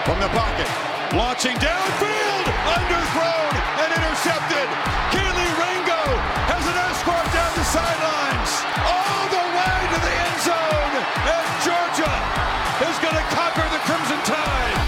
from the pocket, launching downfield, underthrown and intercepted. Kelee Ringo has an escort down the sidelines, all the way to the end zone, and Georgia is going to conquer the Crimson Tide.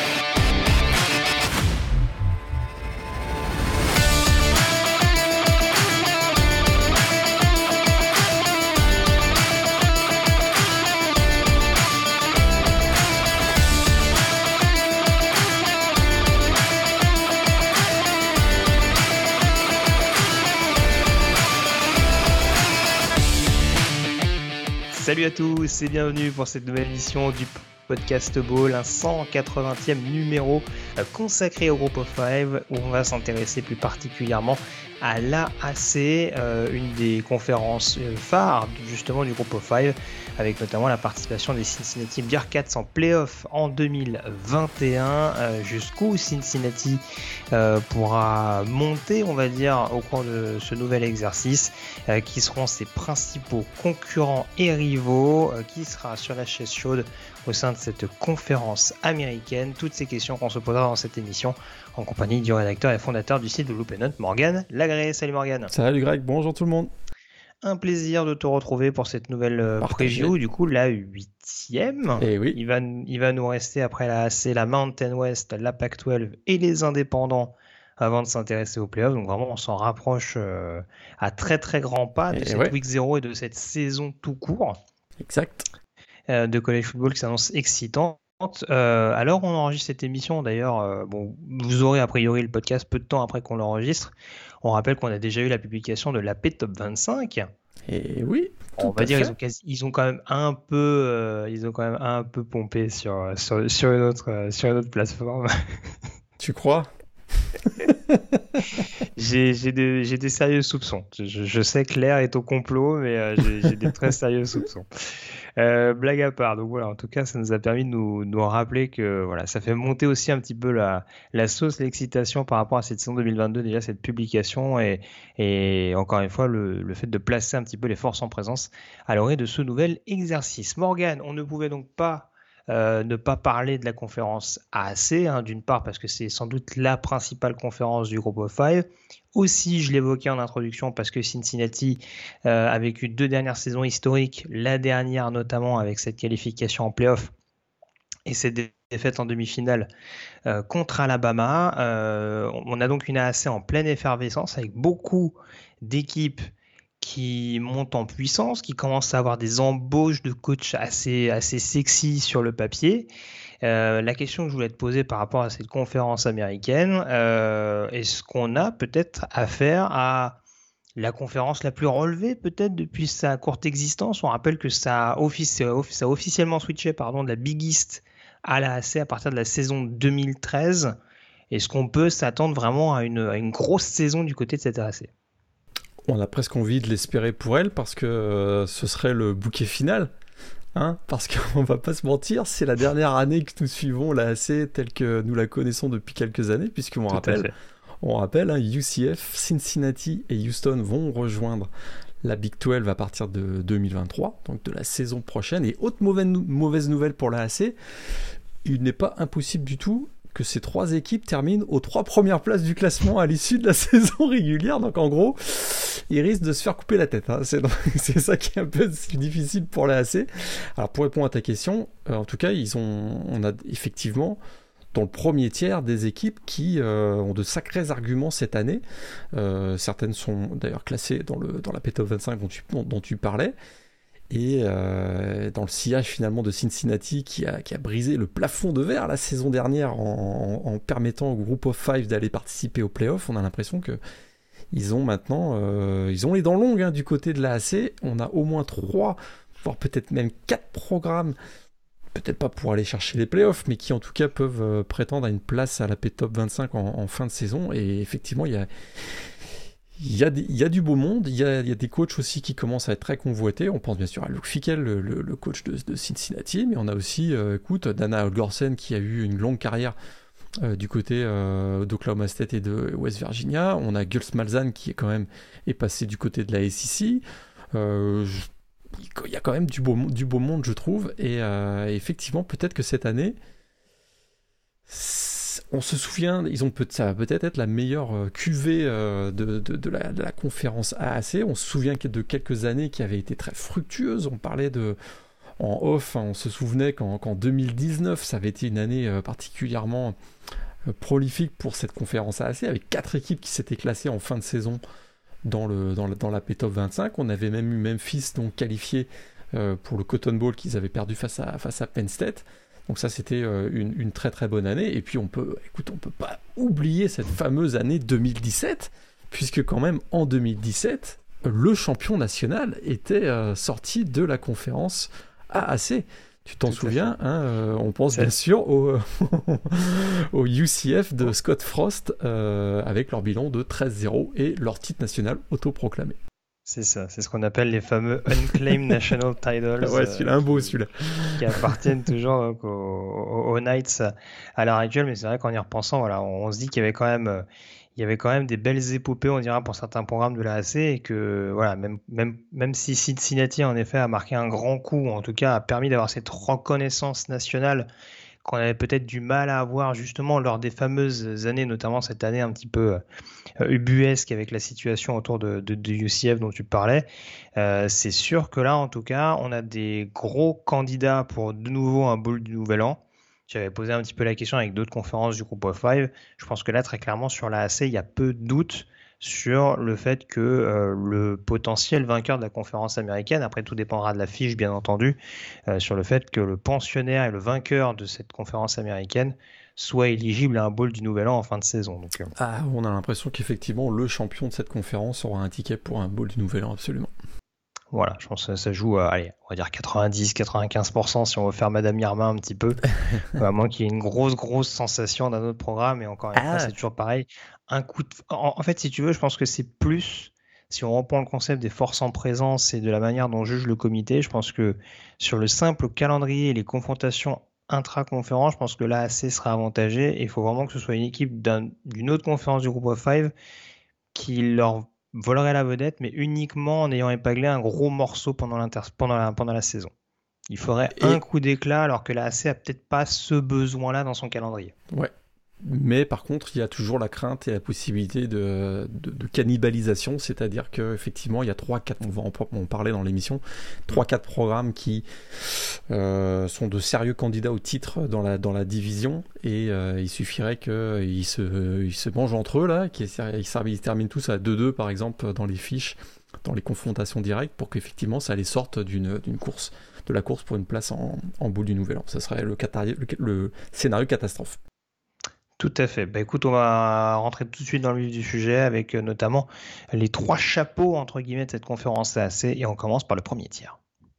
Salut à tous et bienvenue pour cette nouvelle édition du Podcast Ball, un 180e numéro consacré au Group of Five où on va s'intéresser plus particulièrement à l'AAC, une des conférences phares justement du Group of Five, avec notamment la participation des Cincinnati Bearcats en playoff en 2021, jusqu'où Cincinnati pourra monter, on va dire, au cours de ce nouvel exercice, qui seront ses principaux concurrents et rivaux, qui sera sur la chaise chaude au sein de cette conférence américaine. Toutes ces questions qu'on se posera dans cette émission en compagnie du rédacteur et fondateur du site de Loop & Note, Morgan Lagré. Salut Morgan. Salut Greg, bonjour tout le monde. Un plaisir de te retrouver pour cette nouvelle preview, du coup la 8e. Et oui. Il va nous rester après la AC, la Mountain West, la Pac-12 et les indépendants avant de s'intéresser aux playoffs. Donc vraiment on s'en rapproche à très très grands pas de cette week 0 et de cette saison tout court. Exact. De college football qui s'annonce excitante. Alors on enregistre cette émission d'ailleurs, vous aurez a priori le podcast peu de temps après qu'on l'enregistre. On rappelle qu'on a déjà eu la publication de l'AP Top 25. Et oui, on va dire ils ont quand même un peu pompé sur une autre plateforme. Tu crois? J'ai des sérieux soupçons. Je sais que l'air est au complot, mais j'ai des très sérieux soupçons. Blague à part, donc voilà, en tout cas ça nous a permis de nous rappeler que voilà, ça fait monter aussi un petit peu la sauce, l'excitation par rapport à cette saison 2022, déjà cette publication et encore une fois le fait de placer un petit peu les forces en présence à l'orée de ce nouvel exercice. Morgan, on ne pouvait donc pas ne pas parler de la conférence AAC, d'une part parce que c'est sans doute la principale conférence du Group of Five. Aussi, je l'évoquais en introduction parce que Cincinnati a vécu 2 dernières saisons historiques, la dernière notamment avec cette qualification en play-off et cette défaite en demi-finale contre Alabama. On a donc une AAC en pleine effervescence avec beaucoup d'équipes qui montent en puissance, qui commencent à avoir des embauches de coachs assez sexy sur le papier. La question que je voulais te poser par rapport à cette conférence américaine, est-ce qu'on a peut-être affaire à la conférence la plus relevée peut-être depuis sa courte existence? On rappelle que ça a officiellement switché de la Big East à la AC à partir de la saison 2013. Est-ce qu'on peut s'attendre vraiment à une grosse saison du côté de cette AC? On a presque envie de l'espérer pour elle parce que ce serait le bouquet final. Parce qu'on va pas se mentir, c'est la dernière année que nous suivons la AC telle que nous la connaissons depuis quelques années, puisqu'on rappelle, UCF, Cincinnati et Houston vont rejoindre la Big 12 à partir de 2023, donc de la saison prochaine. Et autre mauvaise nouvelle pour la AC, il n'est pas impossible du tout que ces 3 équipes terminent aux 3 premières places du classement à l'issue de la saison régulière. Donc en gros, ils risquent de se faire couper la tête. C'est ça qui est un peu difficile pour la AC. Alors pour répondre à ta question, en tout cas, on a effectivement dans le premier tiers des équipes qui ont de sacrés arguments cette année. Certaines sont d'ailleurs classées dans la P-Top 25 dont tu parlais. Et dans le sillage finalement de Cincinnati qui a brisé le plafond de verre la saison dernière en permettant au Group of Five d'aller participer aux playoffs, on a l'impression que ils ont maintenant ils ont les dents longues du côté de la AC. On a au moins 3, voire peut-être même 4 programmes, peut-être pas pour aller chercher les playoffs, mais qui en tout cas peuvent prétendre à une place à la P-Top 25 en fin de saison. Et effectivement, il y a du beau monde, il y a des coachs aussi qui commencent à être très convoités. On pense bien sûr à Luke Fickell, le coach de Cincinnati, mais on a aussi Dana Holgorsen qui a eu une longue carrière du côté d'Oklahoma State et de West Virginia. On a Gus Malzahn qui est passé du côté de la SEC. Il y a quand même du beau monde, je trouve. Et effectivement, peut-être que cette année, On se souvient, ça va peut-être être la meilleure cuvée de la conférence AAC. On se souvient de quelques années qui avaient été très fructueuses. On parlait en off, on se souvenait qu'en 2019, ça avait été une année particulièrement prolifique pour cette conférence AAC, avec 4 équipes qui s'étaient classées en fin de saison dans la P-Top 25. On avait même eu Memphis donc qualifié pour le Cotton Bowl qu'ils avaient perdu face à Penn State. Donc ça, c'était une très très bonne année. Et puis on peut pas oublier cette fameuse année 2017, puisque quand même en 2017, le champion national était sorti de la conférence AAC. Tu t'en souviens, hein, on pense bien sûr au UCF de Scott Frost avec leur bilan de 13-0 et leur titre national autoproclamé. C'est ça, c'est ce qu'on appelle les fameux Unclaimed National Titles. Ouais, celui-là, un beau celui-là. Qui appartiennent toujours donc, aux Knights à l'heure actuelle, mais c'est vrai qu'en y repensant, voilà, on se dit qu'il y avait quand même des belles épopées, on dira, pour certains programmes de la AC, et que voilà, même si Cincinnati en effet a marqué un grand coup, en tout cas a permis d'avoir cette reconnaissance nationale qu'on avait peut-être du mal à avoir justement lors des fameuses années, notamment cette année un petit peu ubuesque avec la situation autour de UCF dont tu parlais. C'est sûr que là, en tout cas, on a des gros candidats pour de nouveau un bowl du Nouvel An. J'avais posé un petit peu la question avec d'autres conférences du Group of Five. Je pense que là, très clairement, sur la AC, il y a peu de doutes sur le fait que le potentiel vainqueur de la conférence américaine, après tout dépendra de la fiche bien entendu, sur le fait que le pensionnaire et le vainqueur de cette conférence américaine soit éligible à un bowl du Nouvel An en fin de saison. Donc, on a l'impression qu'effectivement le champion de cette conférence aura un ticket pour un bowl du Nouvel An, absolument. Voilà, je pense que ça joue à, allez, on va dire 90-95% si on veut faire Madame Irma un petit peu, à moins qu'il y ait une grosse sensation d'un autre programme, et encore une fois, c'est toujours pareil. En fait, si tu veux, je pense que c'est plus, si on reprend le concept des forces en présence et de la manière dont juge le comité, je pense que sur le simple calendrier et les confrontations intra-conférence, je pense que l'AAC sera avantagé, et il faut vraiment que ce soit une équipe d'une autre conférence du Group of Five qui leur volerait la vedette, mais uniquement en ayant épinglé un gros morceau pendant la saison. Il faudrait un coup d'éclat, alors que la AC a peut-être pas ce besoin-là dans son calendrier. Ouais. Mais par contre, il y a toujours la crainte et la possibilité de cannibalisation, c'est-à-dire qu'effectivement, il y a 3-4, on va en parler dans l'émission, 3-4 programmes qui sont de sérieux candidats au titre dans la division, et il suffirait qu'ils se mangent entre eux, là, qu'ils terminent tous à 2-2 par exemple dans les fiches, dans les confrontations directes, pour qu'effectivement ça les sorte de la course pour une place en bowl du Nouvel An. Ça serait le scénario catastrophe. Tout à fait. Bah, écoute, on va rentrer tout de suite dans le vif du sujet avec notamment les 3 chapeaux entre guillemets de cette conférence AAC, et on commence par le premier tiers.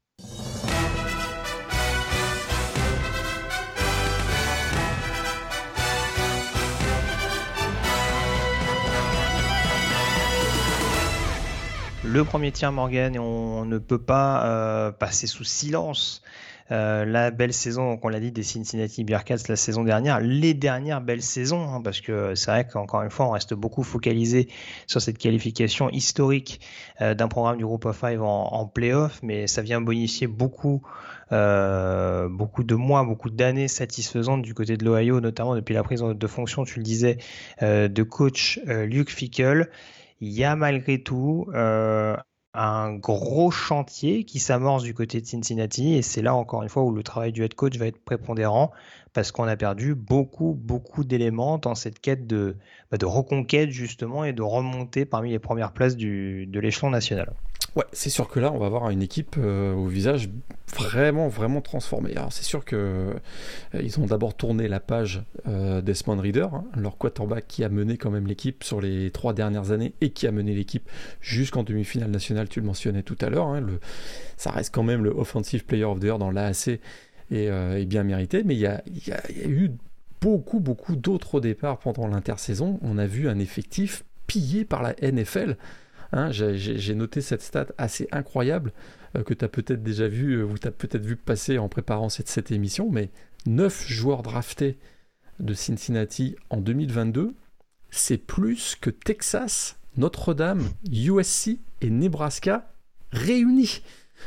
Le premier tiers, Morgan, et on ne peut pas passer sous silence la belle saison, donc on l'a dit, des Cincinnati Bearcats la saison dernière, les dernières belles saisons, hein, parce que c'est vrai qu'encore une fois, on reste beaucoup focalisé sur cette qualification historique d'un programme du Group of Five en play-off, mais ça vient bonifier beaucoup de mois, beaucoup d'années satisfaisantes du côté de l'Ohio, notamment depuis la prise de fonction, tu le disais, de coach Luke Fickell. Il y a malgré tout un gros chantier qui s'amorce du côté de Cincinnati, et c'est là encore une fois où le travail du head coach va être prépondérant, parce qu'on a perdu beaucoup d'éléments dans cette quête de reconquête justement, et de remontée parmi les premières places de l'échelon national. Ouais, c'est sûr que là, on va avoir une équipe au visage vraiment transformé. Alors, c'est sûr que ils ont d'abord tourné la page Desmond Ridder, hein, leur quarterback qui a mené quand même l'équipe sur les 3 dernières années, et qui a mené l'équipe jusqu'en demi-finale nationale, tu le mentionnais tout à l'heure. Hein, ça reste quand même le Offensive Player of the Year dans l'AAC, et bien mérité, mais il y a eu beaucoup d'autres départs pendant l'intersaison. On a vu un effectif pillé par la NFL. Hein, j'ai noté cette stat assez incroyable que tu as peut-être déjà vu, ou tu as peut-être vu passer en préparant cette émission, mais 9 joueurs draftés de Cincinnati en 2022, c'est plus que Texas, Notre-Dame, USC et Nebraska réunis.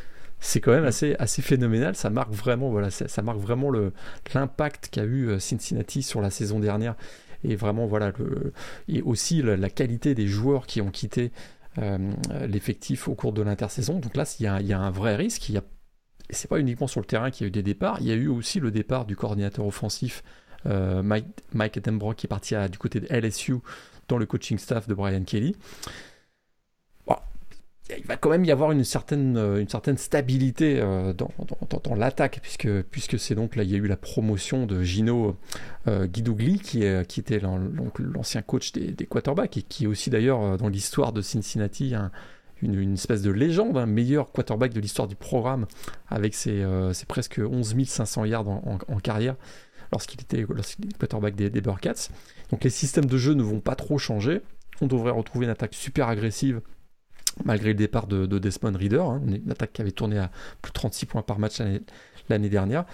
c'est quand même assez phénoménal. Ça marque vraiment, ça marque vraiment l'impact qu'a eu Cincinnati sur la saison dernière. Et vraiment, et aussi la qualité des joueurs qui ont quitté l'effectif au cours de l'intersaison. Donc là, il y a un vrai risque. Et c'est pas uniquement sur le terrain qu'il y a eu des départs. Il y a eu aussi le départ du coordinateur offensif Mike Denbrock qui est parti du côté de LSU dans le coaching staff de Brian Kelly. Bon, il va quand même y avoir une certaine stabilité dans l'attaque puisque c'est donc là il y a eu la promotion de Gino Guidugli qui était l'ancien coach des quarterbacks et qui est aussi d'ailleurs dans l'histoire de Cincinnati une espèce de légende, un meilleur quarterback de l'histoire du programme avec ses presque 11 500 yards en carrière lorsqu'il était quarterback des Bearcats. Donc les systèmes de jeu ne vont pas trop changer. On devrait retrouver une attaque super agressive malgré le départ de Desmond Ridder, une attaque qui avait tourné à plus de 36 points par match l'année dernière.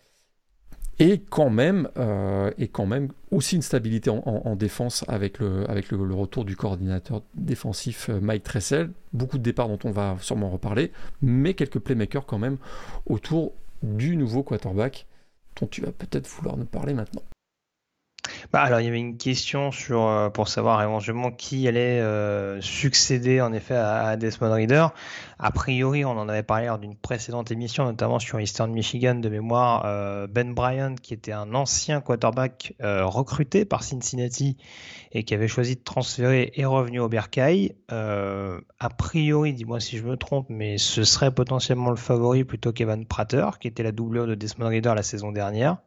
Et quand même aussi une stabilité en défense avec le retour du coordinateur défensif Mike Tressel. Beaucoup de départs dont on va sûrement reparler, mais quelques playmakers quand même autour du nouveau quarterback dont tu vas peut-être vouloir nous parler maintenant. Alors il y avait une question pour savoir éventuellement qui allait succéder en effet à Desmond Ridder. A priori, on en avait parlé lors d'une précédente émission, notamment sur Eastern Michigan de mémoire. Ben Bryant, qui était un ancien quarterback recruté par Cincinnati et qui avait choisi de transférer, est revenu au Bercail. A priori, dis-moi si je me trompe, mais ce serait potentiellement le favori plutôt qu'Evan Prater, qui était la doublure de Desmond Ridder la saison dernière.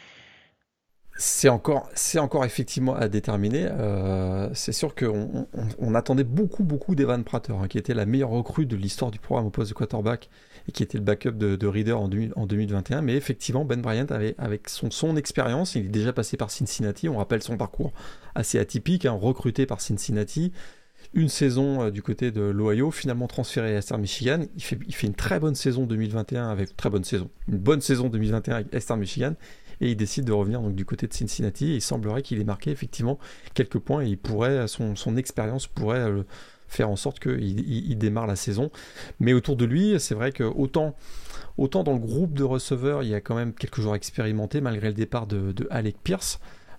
C'est encore effectivement à déterminer. C'est sûr qu'on attendait beaucoup d'Evan Prater, qui était la meilleure recrue de l'histoire du programme au poste de quarterback et qui était le backup de Reader en 2021. Mais effectivement, Ben Bryant, avec son expérience, il est déjà passé par Cincinnati. On rappelle son parcours assez atypique, recruté par Cincinnati. Une saison du côté de l'Ohio, finalement transféré à Eastern Michigan. Il fait une très bonne saison 2021 une bonne saison 2021 avec Eastern Michigan. Et il décide de revenir donc du côté de Cincinnati. Et il semblerait qu'il ait marqué effectivement quelques points et son expérience pourrait faire en sorte qu'il démarre la saison. Mais autour de lui, c'est vrai que autant dans le groupe de receveurs, il y a quand même quelques joueurs expérimentés malgré le départ de Alec Pierce.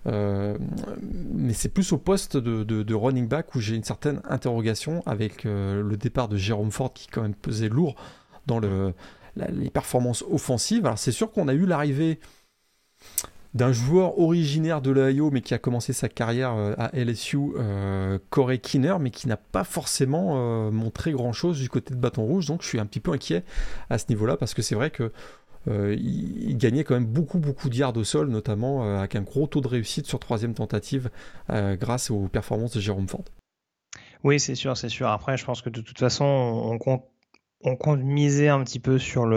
Mais c'est plus au poste de running back où j'ai une certaine interrogation avec le départ de Jerome Ford qui quand même pesait lourd dans les performances offensives. Alors c'est sûr qu'on a eu l'arrivée d'un joueur originaire de l'Ohio mais qui a commencé sa carrière à LSU, Corey Kinner, mais qui n'a pas forcément montré grand chose du côté de Bâton Rouge, donc je suis un petit peu inquiet à ce niveau là parce que c'est vrai que il gagnait quand même beaucoup de yards au sol, notamment avec un gros taux de réussite sur troisième tentative grâce aux performances de Jerome Ford. Oui, c'est sûr. Après, je pense que de toute façon, on compte miser un petit peu sur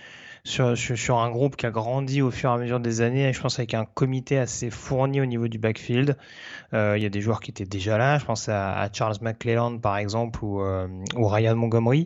un groupe qui a grandi au fur et à mesure des années, et je pense avec un comité assez fourni au niveau du backfield. Il y a des joueurs qui étaient déjà là, je pense à Charles McClelland par exemple ou Ryan Montgomery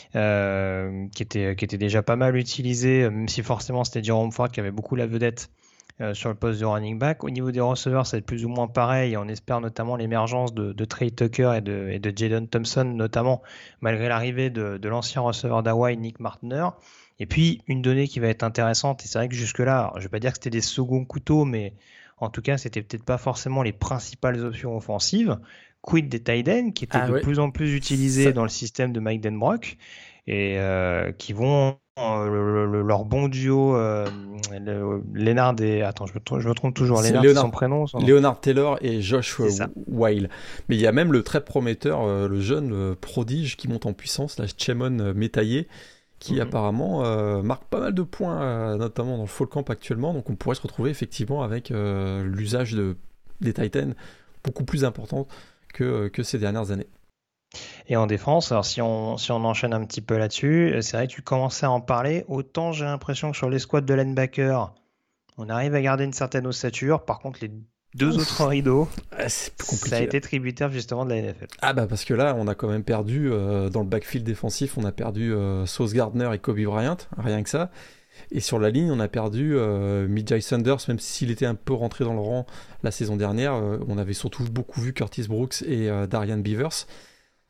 qui était déjà pas mal utilisé, même si forcément c'était Jerome Ford qui avait beaucoup la vedette sur le poste de running back. Au niveau des receveurs, ça va être plus ou moins pareil. On espère notamment l'émergence de Trey Tucker et de Jadon Thompson, notamment malgré l'arrivée de l'ancien receveur d'Hawaii, Nick Martner. Et puis, une donnée qui va être intéressante, et c'est vrai que jusque-là, je ne vais pas dire que c'était des seconds couteaux, mais en tout cas, c'était peut-être pas forcément les principales options offensives. Quid des tight ends, qui étaient de plus en plus utilisés dans le système de Mike Denbrock, et qui vont leur bon duo Leonard et attends je me trompe toujours, Leonard c'est son prénom, Leonard Taylor et Josh Weil. Mais il y a même le très prometteur, le jeune prodige qui monte en puissance, la Chemon Métaillé, qui apparemment marque pas mal de points, notamment dans le fall camp actuellement. Donc on pourrait se retrouver effectivement avec l'usage des Titans beaucoup plus important que ces dernières années. Et en défense, alors si on enchaîne un petit peu là-dessus, c'est vrai que tu commençais à en parler. Autant j'ai l'impression que sur les squads de linebacker, on arrive à garder une certaine ossature. Par contre, les deux autres rideaux, c'est compliqué, ça a été tributaire justement de la NFL. Ah bah parce que là, on a quand même perdu dans le backfield défensif, on a perdu Sauce Gardner et Kobe Bryant, rien que ça. Et sur la ligne, on a perdu Mijay Sanders, même s'il était un peu rentré dans le rang la saison dernière. On avait surtout beaucoup vu Curtis Brooks et Darian Beavers.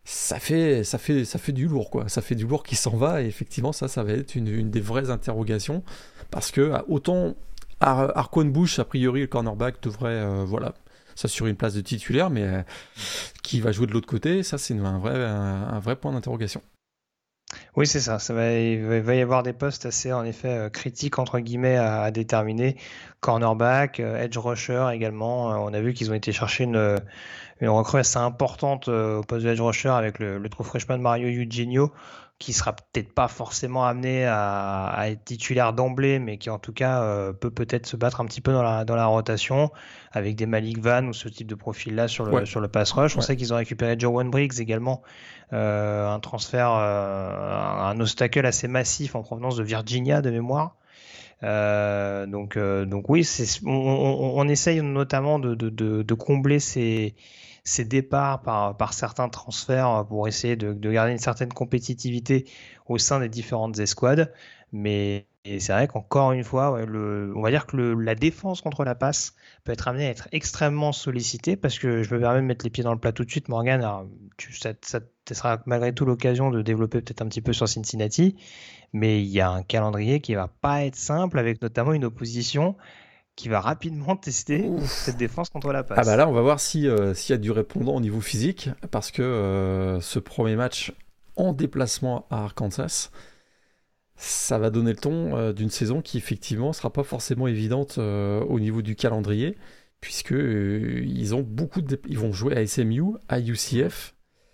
ça fait du lourd, quoi. Ça fait du lourd qui s'en va, et effectivement, ça va être une des vraies interrogations, parce que autant Arquon Bush, a priori, le cornerback devrait s'assurer une place de titulaire, mais qui va jouer de l'autre côté, ça c'est un vrai point d'interrogation. Oui, c'est ça. Il va y avoir des postes assez, en effet, critiques, entre guillemets, à déterminer. Cornerback, edge rusher également. On a vu qu'ils ont été chercher une recrue assez importante au poste de edge rusher avec le true freshman Mario Eugenio, qui sera peut-être pas forcément amené à être titulaire d'emblée, mais qui en tout cas peut peut-être se battre un petit peu dans la rotation avec des Malik Van ou ce type de profil-là sur le pass rush. On sait qu'ils ont récupéré Jowan Briggs également, un transfert, un obstacle assez massif en provenance de Virginia de mémoire. Donc oui, on essaye notamment de combler ces départs par certains transferts pour essayer de garder une certaine compétitivité au sein des différentes escouades. Mais c'est vrai qu'encore une fois, on va dire que la défense contre la passe peut être amenée à être extrêmement sollicitée, parce que je me permets de mettre les pieds dans le plat tout de suite, Morgan. Alors, ça sera malgré tout l'occasion de développer peut-être un petit peu sur Cincinnati, mais il y a un calendrier qui va pas être simple, avec notamment une opposition qui va rapidement tester cette défense contre la passe. Ah bah là, on va voir s'il y a du répondant au niveau physique, parce que ce premier match en déplacement à Arkansas, ça va donner le ton d'une saison qui effectivement sera pas forcément évidente au niveau du calendrier, puisque ils vont jouer à SMU, à UCF.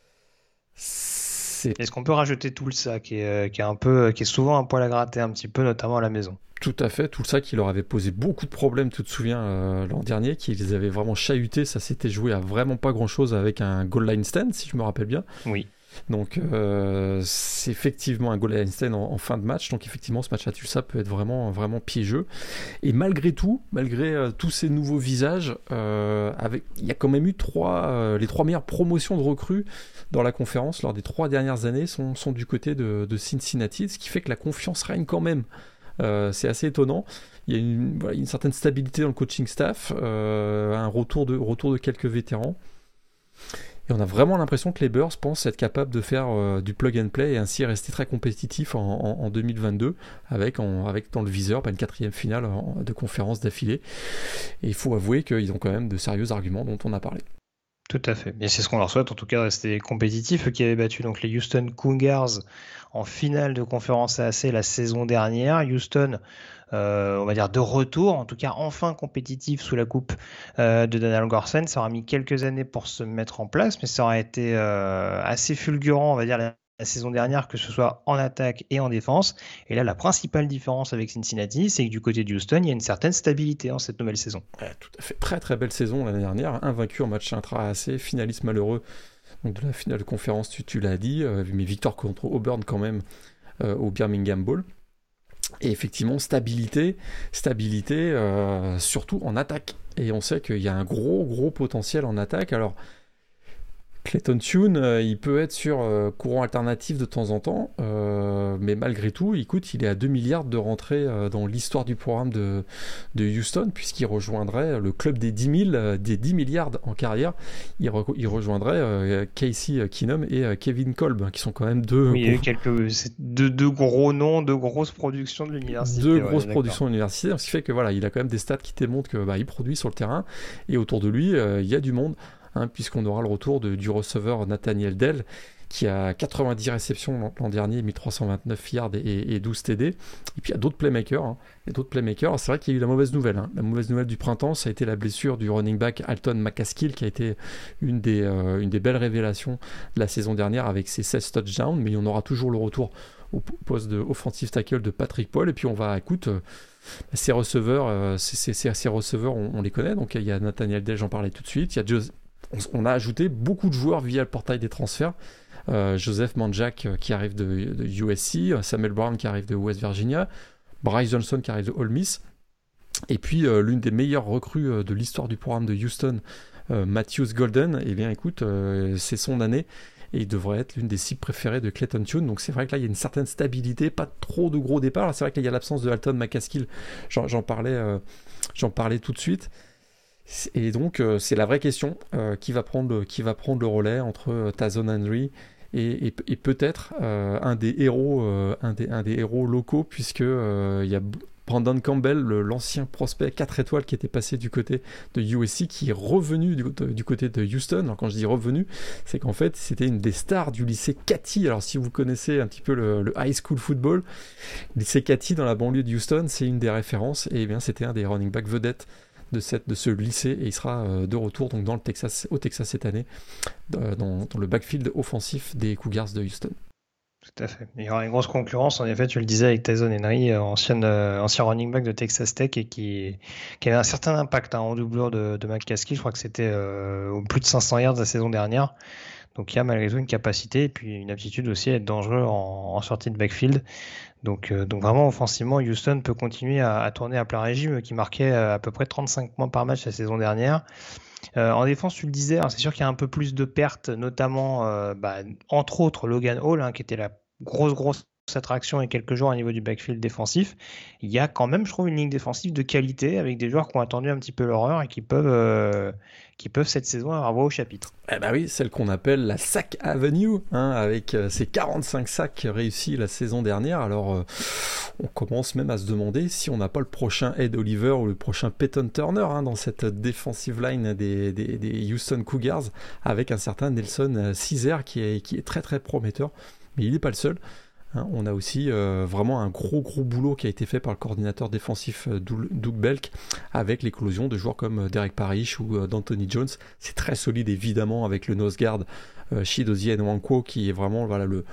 Est-ce qu'on peut rajouter Tulsa qui est souvent un poil à gratter un petit peu, notamment à la maison? Tout à fait, Tulsa qui leur avait posé beaucoup de problèmes, tu te souviens, l'an dernier, qui les avait vraiment chahutés. Ça s'était joué à vraiment pas grand chose avec un goal line stand, si je me rappelle bien. Oui. Donc c'est effectivement un goal line stand en fin de match, donc effectivement ce match à Tulsa peut être vraiment, vraiment piégeux. Et malgré tout, malgré tous ces nouveaux visages, il y a quand même eu les 3 meilleures promotions de recrues dans la conférence lors des 3 dernières années sont du côté de Cincinnati, ce qui fait que la confiance règne quand même. C'est assez étonnant. Il y a une certaine stabilité dans le coaching staff, un retour de quelques vétérans. Et on a vraiment l'impression que les Bears pensent être capables de faire du plug and play et ainsi rester très compétitifs en 2022 avec dans le viseur une 4e finale de conférence d'affilée. Et il faut avouer qu'ils ont quand même de sérieux arguments dont on a parlé. Tout à fait. Et c'est ce qu'on leur souhaite, en tout cas, rester compétitifs. Eux qui avaient battu donc les Houston Cougars en finale de conférence AAC la saison dernière. Houston, on va dire de retour, en tout cas enfin compétitif sous la coupe de Donald Gorsen. Ça aura mis quelques années pour se mettre en place, mais ça aura été assez fulgurant, on va dire, la saison dernière, que ce soit en attaque et en défense. Et là, la principale différence avec Cincinnati, c'est que du côté de Houston, il y a une certaine stabilité en cette nouvelle saison. Ouais, tout à fait. Très très belle saison l'année dernière, invaincu en match intra-AC, finaliste malheureux donc de la finale de conférence, tu l'as dit, mais victoire contre Auburn quand même au Birmingham Bowl. Et effectivement, stabilité, surtout en attaque. Et on sait qu'il y a un gros potentiel en attaque. Alors, Clayton Tune, il peut être sur courant alternatif de temps en temps, mais malgré tout, écoute, il est à 2 milliards de rentrée dans l'histoire du programme de Houston, puisqu'il rejoindrait le club des 10 milliards en carrière. Il rejoindrait Casey Keenum et Kevin Kolb, qui sont quand même deux gros noms, de grosses productions de l'université. Deux grosses productions de l'université, ce qui fait que voilà, il a quand même des stats qui démontrent que il produit sur le terrain, et autour de lui, il y a du monde. Puisqu'on aura le retour du receveur Nathaniel Dell, qui a 90 réceptions l'an dernier, 1329 yards et 12 TD. Et puis il y a d'autres playmakers. C'est vrai qu'il y a eu la mauvaise nouvelle. La mauvaise nouvelle du printemps, ça a été la blessure du running back Alton McCaskill, qui a été une des belles révélations de la saison dernière avec ses 16 touchdowns. Mais on aura toujours le retour au poste de offensive tackle de Patrick Paul. Et puis on va, ces receveurs, on les connaît. Donc il y a Nathaniel Dell, j'en parlais tout de suite. On a ajouté beaucoup de joueurs via le portail des transferts. Joseph Manjak qui arrive de USC, Samuel Brown qui arrive de West Virginia, Bryce Johnson qui arrive de Ole Miss, et puis l'une des meilleures recrues de l'histoire du programme de Houston, Matthews Golden. Eh bien écoute, c'est son année et il devrait être l'une des cibles préférées de Clayton Tune. Donc c'est vrai que là il y a une certaine stabilité, pas trop de gros départs. C'est vrai qu'il y a l'absence de Alton McCaskill, j'en parlais tout de suite. Et donc, c'est la vraie question qui va prendre le relais entre Tyson Henry et peut-être un des héros locaux, puisque il y a Brandon Campbell, l'ancien prospect 4 étoiles qui était passé du côté de USC, qui est revenu du côté de Houston. Alors quand je dis revenu, c'est qu'en fait c'était une des stars du lycée Cathy. Alors si vous connaissez un petit peu le high school football, le lycée Cathy dans la banlieue de Houston, c'est une des références, et bien c'était un des running back vedettes de ce lycée, et il sera de retour donc au Texas cette année, dans le backfield offensif des Cougars de Houston. Tout à fait. Il y aura une grosse concurrence, en effet, tu le disais, avec Tyson Henry, ancien running back de Texas Tech, et qui avait un certain impact en doublure de McCaskey. Je crois que c'était au plus de 500 yards la saison dernière. Donc il y a malgré tout une capacité et puis une aptitude aussi à être dangereux en sortie de backfield. Donc vraiment offensivement, Houston peut continuer à tourner à plein régime, qui marquait à peu près 35 points par match la saison dernière. En défense, tu le disais, c'est sûr qu'il y a un peu plus de pertes, notamment entre autres Logan Hall, qui était la grosse attraction il y a quelques jours au niveau du backfield défensif. Il y a quand même, je trouve, une ligne défensive de qualité avec des joueurs qui ont attendu un petit peu leur heure et qui peuvent cette saison avoir voix au chapitre. Eh ben oui, celle qu'on appelle la Sack Avenue, avec ses 45 sacs réussis la saison dernière. Alors, on commence même à se demander si on n'a pas le prochain Ed Oliver ou le prochain Peyton Turner dans cette defensive line des Houston Cougars, avec un certain Nelson Ceaser qui est très très prometteur, mais il n'est pas le seul. On a aussi vraiment un gros boulot qui a été fait par le coordinateur défensif Doug Belk, avec l'éclosion de joueurs comme Derek Parrish ou d'Anthony Jones. C'est très solide évidemment avec le nose guard Chidozie Nwankwo, qui est vraiment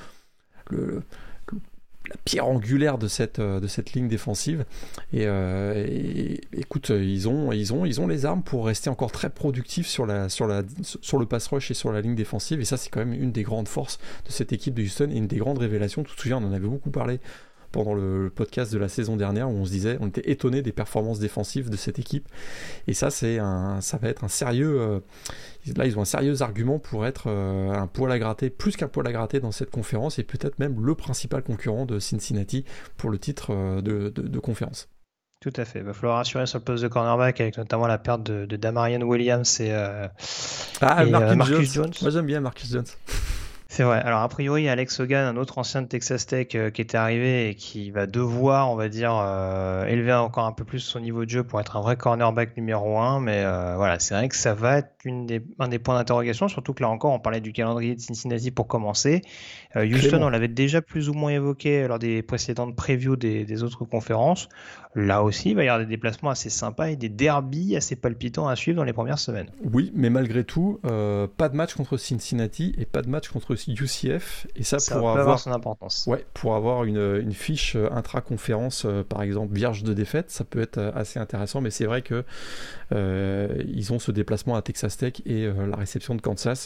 la pierre angulaire de cette ligne défensive. Et écoute, ils ont les armes pour rester encore très productifs sur le pass rush et sur la ligne défensive, et ça c'est quand même une des grandes forces de cette équipe de Houston et une des grandes révélations. Tu te souviens, on en avait beaucoup parlé pendant le podcast de la saison dernière, où on était étonné des performances défensives de cette équipe, et ça va être un sérieux là ils ont un sérieux argument pour être un poil à gratter, plus qu'un poil à gratter dans cette conférence, et peut-être même le principal concurrent de Cincinnati pour le titre de conférence. Tout à fait. Il va falloir assurer sur le poste de cornerback, avec notamment la perte de Damarian Williams et Marcus Jones. Moi j'aime bien Marcus Jones. C'est vrai. Alors, a priori, Alex Hogan, un autre ancien de Texas Tech qui était arrivé et qui va devoir, on va dire, élever encore un peu plus son niveau de jeu pour être un vrai cornerback numéro 1. Mais voilà, c'est vrai que ça va être un des points d'interrogation, surtout que là encore, on parlait du calendrier de Cincinnati pour commencer. Houston, on l'avait déjà plus ou moins évoqué lors des précédentes previews des autres conférences. Là aussi, il va y avoir des déplacements assez sympas et des derbies assez palpitants à suivre dans les premières semaines. Oui, mais malgré tout, pas de match contre Cincinnati et pas de match contre UCF, et ça peut avoir son importance. Ouais, pour avoir une fiche intra-conférence, par exemple, vierge de défaite, ça peut être assez intéressant, mais c'est vrai que ils ont ce déplacement à Texas Tech et la réception de Kansas.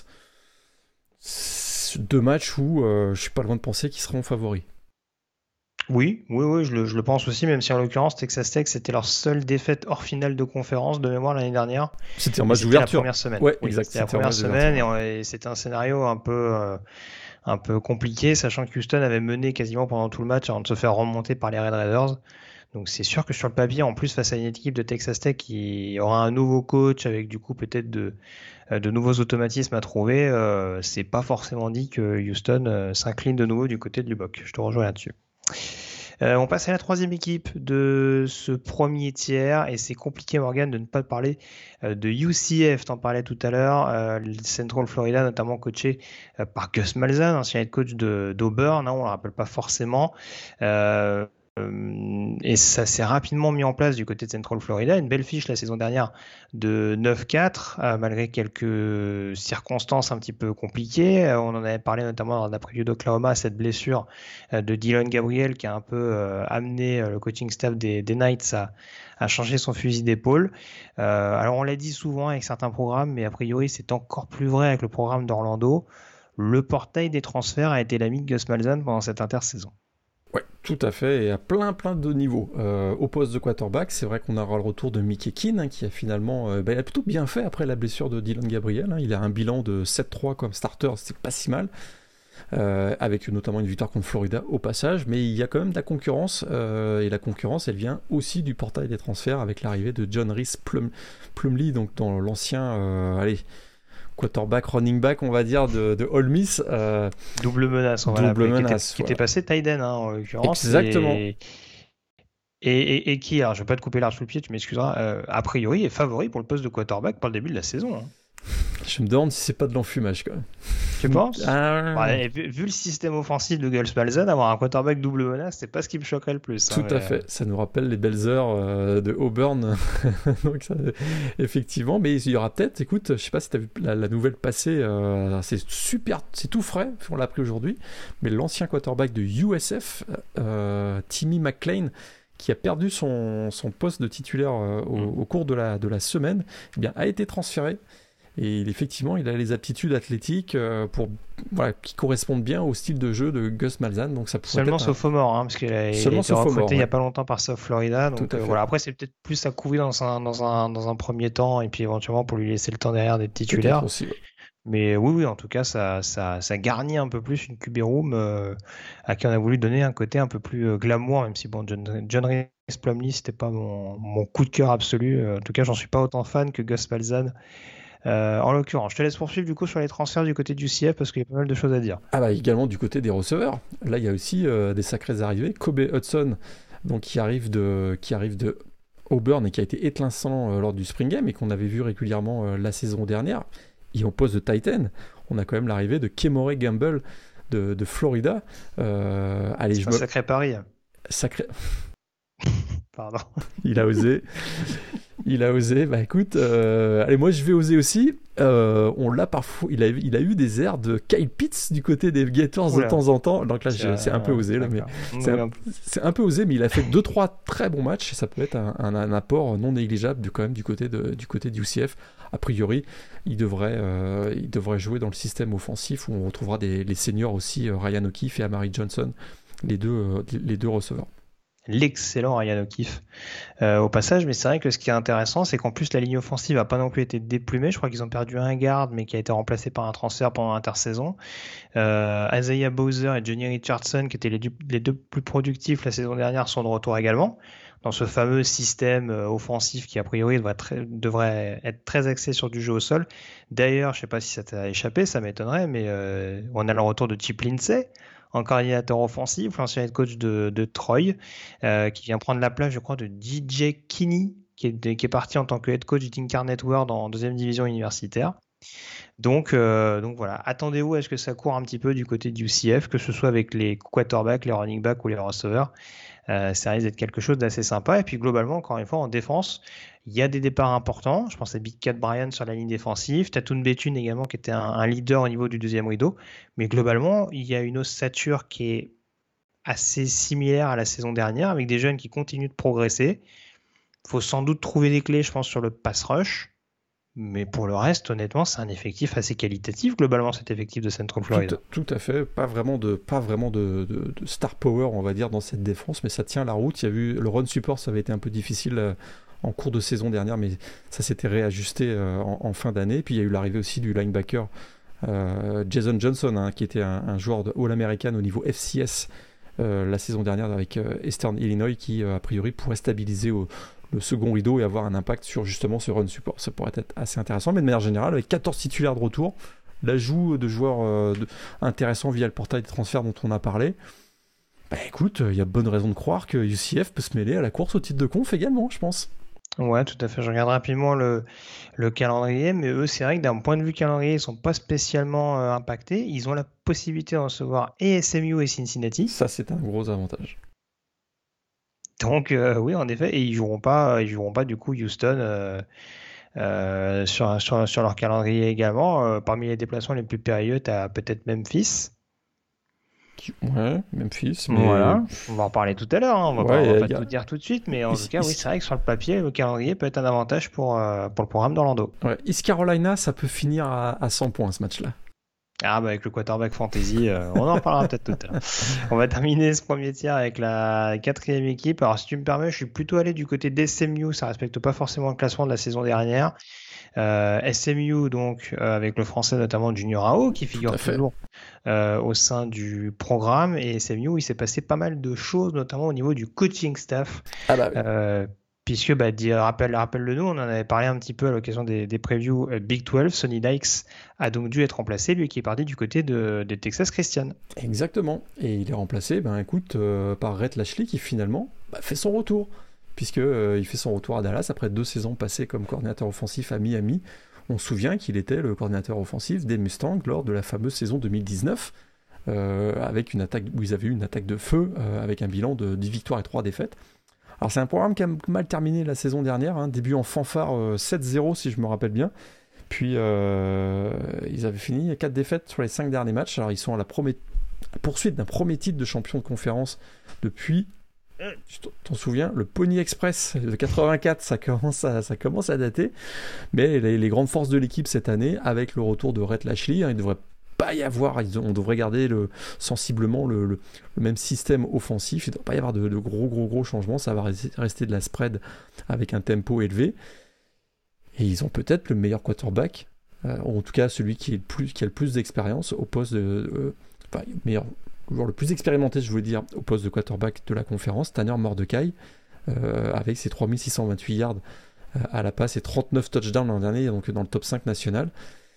Deux matchs où je suis pas loin de penser qu'ils seront favoris. Oui, je le pense aussi, même si en l'occurrence Texas Tech c'était leur seule défaite hors finale de conférence de mémoire l'année dernière. C'était en match d'ouverture. La première semaine. Ouais, oui, exact. C'était la première semaine et c'était un scénario un peu compliqué, sachant que Houston avait mené quasiment pendant tout le match avant de se faire remonter par les Red Raiders. Donc c'est sûr que sur le papier, en plus face à une équipe de Texas Tech qui aura un nouveau coach avec du coup peut-être de nouveaux automatismes à trouver, c'est pas forcément dit que Houston s'incline de nouveau du côté de Lubbock. Je te rejoins là-dessus. On passe à la troisième équipe de ce premier tiers, et c'est compliqué, Morgan, de ne pas parler de UCF. T'en parlais tout à l'heure, Central Florida, notamment coaché par Gus Malzahn, ancien head coach d'Auburn, on ne le rappelle pas forcément. Et ça s'est rapidement mis en place du côté de Central Florida. Une belle fiche la saison dernière de 9-4, malgré quelques circonstances un petit peu compliquées. On en avait parlé notamment dans la preview d'Oklahoma, cette blessure de Dylan Gabriel qui a un peu amené le coaching staff des Knights à changer son fusil d'épaule. Alors on l'a dit souvent avec certains programmes, mais a priori c'est encore plus vrai avec le programme d'Orlando. Le portail des transferts a été l'ami de Gus Malzahn pendant cette intersaison. Ouais, tout à fait, et à plein de niveaux. Au poste de quarterback, c'est vrai qu'on aura le retour de Mickey Keane, qui a finalement il a plutôt bien fait après la blessure de Dylan Gabriel. Il a un bilan de 7-3 comme starter, c'est pas si mal. avec notamment une victoire contre Florida au passage, mais il y a quand même de la concurrence, et la concurrence, elle vient aussi du portail des transferts avec l'arrivée de John Rhys Plumlee, donc dans l'ancien, quarterback, running back, on va dire, de Ole Miss. Double menace, qui était passé tight end, en l'occurrence. Exactement. Et qui, alors je vais pas te couper l'arbre sous le pied, tu m'excuseras, a priori est favori pour le poste de quarterback pour le début de la saison. Je me demande si c'est pas de l'enfumage quand même. Tu penses vu le système offensif de Gus Malzahn, avoir un quarterback double menace, c'est pas ce qui me choquerait le plus. Tout à fait. Ça nous rappelle les belles heures de Auburn. Donc effectivement, mais il y aura peut-être, écoute, je sais pas si tu as vu la nouvelle passer, c'est super, c'est tout frais, on l'a appris aujourd'hui, mais l'ancien quarterback de USF, Timmy McClain, qui a perdu son poste de titulaire au cours de la semaine, eh bien, a été transféré. Et effectivement, il a les aptitudes athlétiques qui correspondent bien au style de jeu de Gus Malzahn. Donc ça seulement sophomore, parce qu'il a été recruté il n'y a pas longtemps par South Florida. Donc voilà. Après, c'est peut-être plus à couvrir dans un premier temps, et puis éventuellement pour lui laisser le temps derrière d'être titulaire. Aussi, ouais. Mais oui, en tout cas, ça garnit un peu plus une QB room à qui on a voulu donner un côté un peu plus glamour, même si John Rhys Plumlee, c'était pas mon coup de cœur absolu. En tout cas, j'en suis pas autant fan que Gus Malzahn. En l'occurrence, je te laisse poursuivre du coup sur les transferts du côté du CF parce qu'il y a pas mal de choses à dire. Également du côté des receveurs. Là, il y a aussi des sacrées arrivées. Kobe Hudson, donc qui arrive de Auburn et qui a été étincelant lors du Spring Game et qu'on avait vu régulièrement la saison dernière. Et au poste de tight end, on a quand même l'arrivée de Kemore Gamble de Florida. C'est un sacré pari. Pardon. Il a osé. Écoute, allez, moi je vais oser aussi. On l'a parfois. Il a eu des airs de Kyle Pitts du côté des Gators de temps en temps. Donc là, c'est un peu osé. Là, mais c'est un peu osé, mais il a fait 2-3 très bons matchs. Et ça peut être un apport non négligeable quand même du côté du UCF. A priori, il devrait jouer dans le système offensif où on retrouvera les seniors aussi, Ryan O'Keefe et Amari Johnson, les deux receveurs. L'excellent Ryan O'Keefe au passage, mais c'est vrai que ce qui est intéressant, c'est qu'en plus la ligne offensive n'a pas non plus été déplumée. Je crois qu'ils ont perdu un garde, mais qui a été remplacé par un transfert pendant l'intersaison. Isaiah Bowser et Johnny Richardson, qui étaient les deux plus productifs la saison dernière, sont de retour également dans ce fameux système offensif qui a priori devrait être très axé sur du jeu au sol. D'ailleurs, je ne sais pas si ça t'a échappé, ça m'étonnerait, mais on a le retour de Chip Lindsey en coordinateur offensif, l'ancien head coach de Troy, qui vient prendre la place, je crois, de DJ Kinney, qui est parti en tant que head coach d'Incarnate Word en deuxième division universitaire. Donc voilà, attendez-vous à ce que ça court un petit peu du côté du UCF, que ce soit avec les quarterbacks, les running backs ou les receveurs. Ça risque d'être quelque chose d'assez sympa. Et puis globalement, encore une fois, en défense, il y a des départs importants. Je pense à Big Cat Bryan sur la ligne défensive, Tatum Bethune également qui était un leader au niveau du deuxième rideau. Mais globalement, il y a une ossature qui est assez similaire à la saison dernière, avec des jeunes qui continuent de progresser. Il faut sans doute trouver des clés, je pense, sur le pass rush. Mais pour le reste, honnêtement, c'est un effectif assez qualitatif, globalement, cet effectif de Central Florida. Tout à fait. Pas vraiment de star power, on va dire, dans cette défense, mais ça tient la route. Il y a vu le run support, ça avait été un peu difficile en cours de saison dernière, mais ça s'était réajusté en fin d'année. Puis il y a eu l'arrivée aussi du linebacker Jason Johnson, qui était un joueur de All-American au niveau FCS la saison dernière avec Eastern Illinois, qui a priori pourrait stabiliser le second rideau et avoir un impact sur justement ce run support. Ça pourrait être assez intéressant, mais de manière générale, avec 14 titulaires de retour, l'ajout de joueurs intéressants via le portail des transferts dont on a parlé, écoute, il y a bonne raison de croire que UCF peut se mêler à la course au titre de conf également, je pense. Ouais, tout à fait. Je regarde rapidement le calendrier, mais eux, c'est vrai que d'un point de vue calendrier, ils ne sont pas spécialement impactés. Ils ont la possibilité de recevoir et SMU et Cincinnati. Ça, c'est un gros avantage. Donc oui, en effet, et ils joueront pas du coup Houston sur leur calendrier également. Parmi les déplacements les plus périlleux, tu as peut-être Memphis. Ouais, Memphis. Mais... Voilà, on va en parler tout à l'heure, on va pas tout dire tout de suite, mais en tout cas, oui, c'est vrai que sur le papier, le calendrier peut être un avantage pour le programme d'Orlando. Ouais, East Carolina, ça peut finir à 100 points ce match-là. Avec le quarterback fantasy, on en parlera peut-être tout à l'heure. On va terminer ce premier tiers avec la quatrième équipe. Alors, si tu me permets, je suis plutôt allé du côté d'SMU. Ça respecte pas forcément le classement de la saison dernière. SMU, donc, avec le français notamment Junior Ao, qui figure toujours au sein du programme, et SMU, il s'est passé pas mal de choses, notamment au niveau du coaching staff. Ah bah oui. Puisque, rappelle-le nous, on en avait parlé un petit peu à l'occasion des previews Big 12, Sonny Dykes a donc dû être remplacé, lui qui est parti du côté des Texas Christian. Exactement, et il est remplacé par Rhett Lashlee qui finalement fait son retour, puisqu'il fait son retour à Dallas après 2 saisons passées comme coordinateur offensif à Miami. On se souvient qu'il était le coordinateur offensif des Mustangs lors de la fameuse saison 2019, avec une attaque où ils avaient eu une attaque de feu avec un bilan de 10 victoires et 3 défaites. Alors c'est un programme qui a mal terminé la saison dernière, début en fanfare 7-0 si je me rappelle bien. Puis ils avaient fini 4 défaites sur les 5 derniers matchs. Alors ils sont à la poursuite d'un premier titre de champion de conférence depuis, tu t'en souviens, le Pony Express de 84, ça commence à dater. Mais les grandes forces de l'équipe cette année, avec le retour de Rhett Lashlee, il devrait pas y avoir, on devrait garder sensiblement le même système offensif, il ne doit pas y avoir de gros changements, ça va rester de la spread avec un tempo élevé, et ils ont peut-être le meilleur quarterback, en tout cas celui qui a le plus d'expérience au poste de meilleur joueur le plus expérimenté, je voulais dire, au poste de quarterback de la conférence, Tanner Mordecai, avec ses 3628 yards à la passe et 39 touchdowns l'an dernier, donc dans le top 5 national.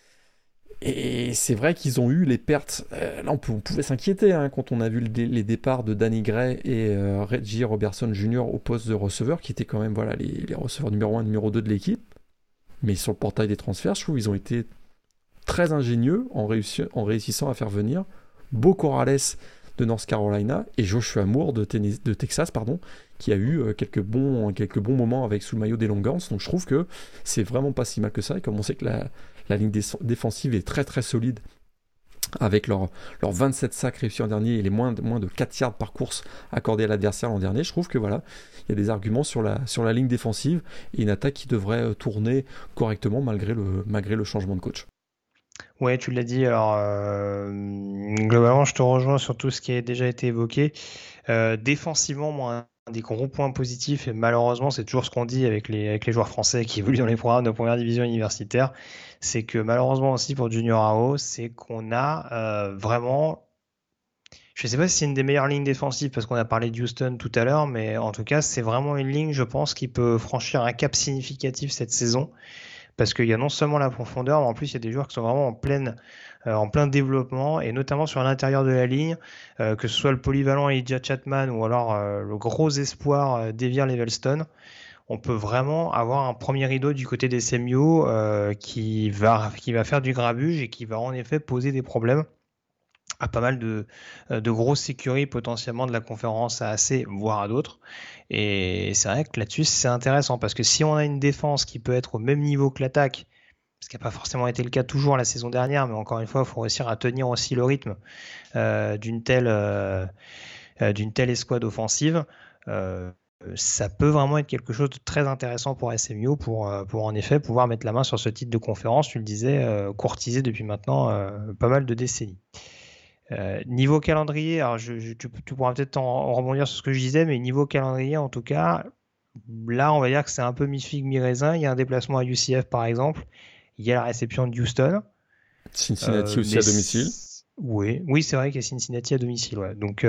Et c'est vrai qu'ils ont eu les pertes. Là, on pouvait s'inquiéter quand on a vu les départs de Danny Gray et Reggie Robertson Jr. au poste de receveur, qui étaient quand même les receveurs numéro 1 et numéro 2 de l'équipe. Mais sur le portail des transferts, je trouve qu'ils ont été très ingénieux en réussissant à faire venir Beau Corrales de North Carolina et Joshua Moore de Texas, qui a eu quelques bons moments sous le maillot des Longhorns. Donc je trouve que c'est vraiment pas si mal que ça. Et comme on sait que la ligne défensive est très très solide, avec leurs 27 sacs réussis en dernier et les moins de 4 yards par course accordés à l'adversaire l'an dernier, je trouve que il y a des arguments sur la ligne défensive et une attaque qui devrait tourner correctement malgré le changement de coach. Ouais, tu l'as dit. Alors, globalement, je te rejoins sur tout ce qui a déjà été évoqué. Défensivement, moi, un des gros points positifs, et malheureusement, c'est toujours ce qu'on dit avec les joueurs français qui évoluent dans les programmes de première division universitaire, c'est que malheureusement aussi pour Junior Ao, c'est qu'on a vraiment... Je ne sais pas si c'est une des meilleures lignes défensives, parce qu'on a parlé de Houston tout à l'heure, mais en tout cas, c'est vraiment une ligne, je pense, qui peut franchir un cap significatif cette saison. Parce qu'il y a non seulement la profondeur, mais en plus il y a des joueurs qui sont vraiment en plein développement, et notamment sur l'intérieur de la ligne, que ce soit le polyvalent Elijah Chapman ou alors le gros espoir Devere Levelston. On peut vraiment avoir un premier rideau du côté des SMU qui va faire du grabuge et qui va en effet poser des problèmes à pas mal de grosses sécuries potentiellement de la conférence à AC, voire à d'autres. Et c'est vrai que là-dessus, c'est intéressant parce que si on a une défense qui peut être au même niveau que l'attaque, ce qui n'a pas forcément été le cas toujours la saison dernière, mais encore une fois, il faut réussir à tenir aussi le rythme d'une telle escouade offensive. Ça peut vraiment être quelque chose de très intéressant pour SMU pour en effet pouvoir mettre la main sur ce titre de conférence, tu le disais, courtisé depuis maintenant pas mal de décennies. Niveau calendrier, alors tu pourras peut-être en rebondir sur ce que je disais, mais niveau calendrier, en tout cas, là, on va dire que c'est un peu mi-figue, mi-raisin. Il y a un déplacement à UCF, par exemple. Il y a la réception de Houston. Cincinnati aussi à domicile. Oui, c'est vrai qu'il y a Cincinnati à domicile. Ouais. Donc,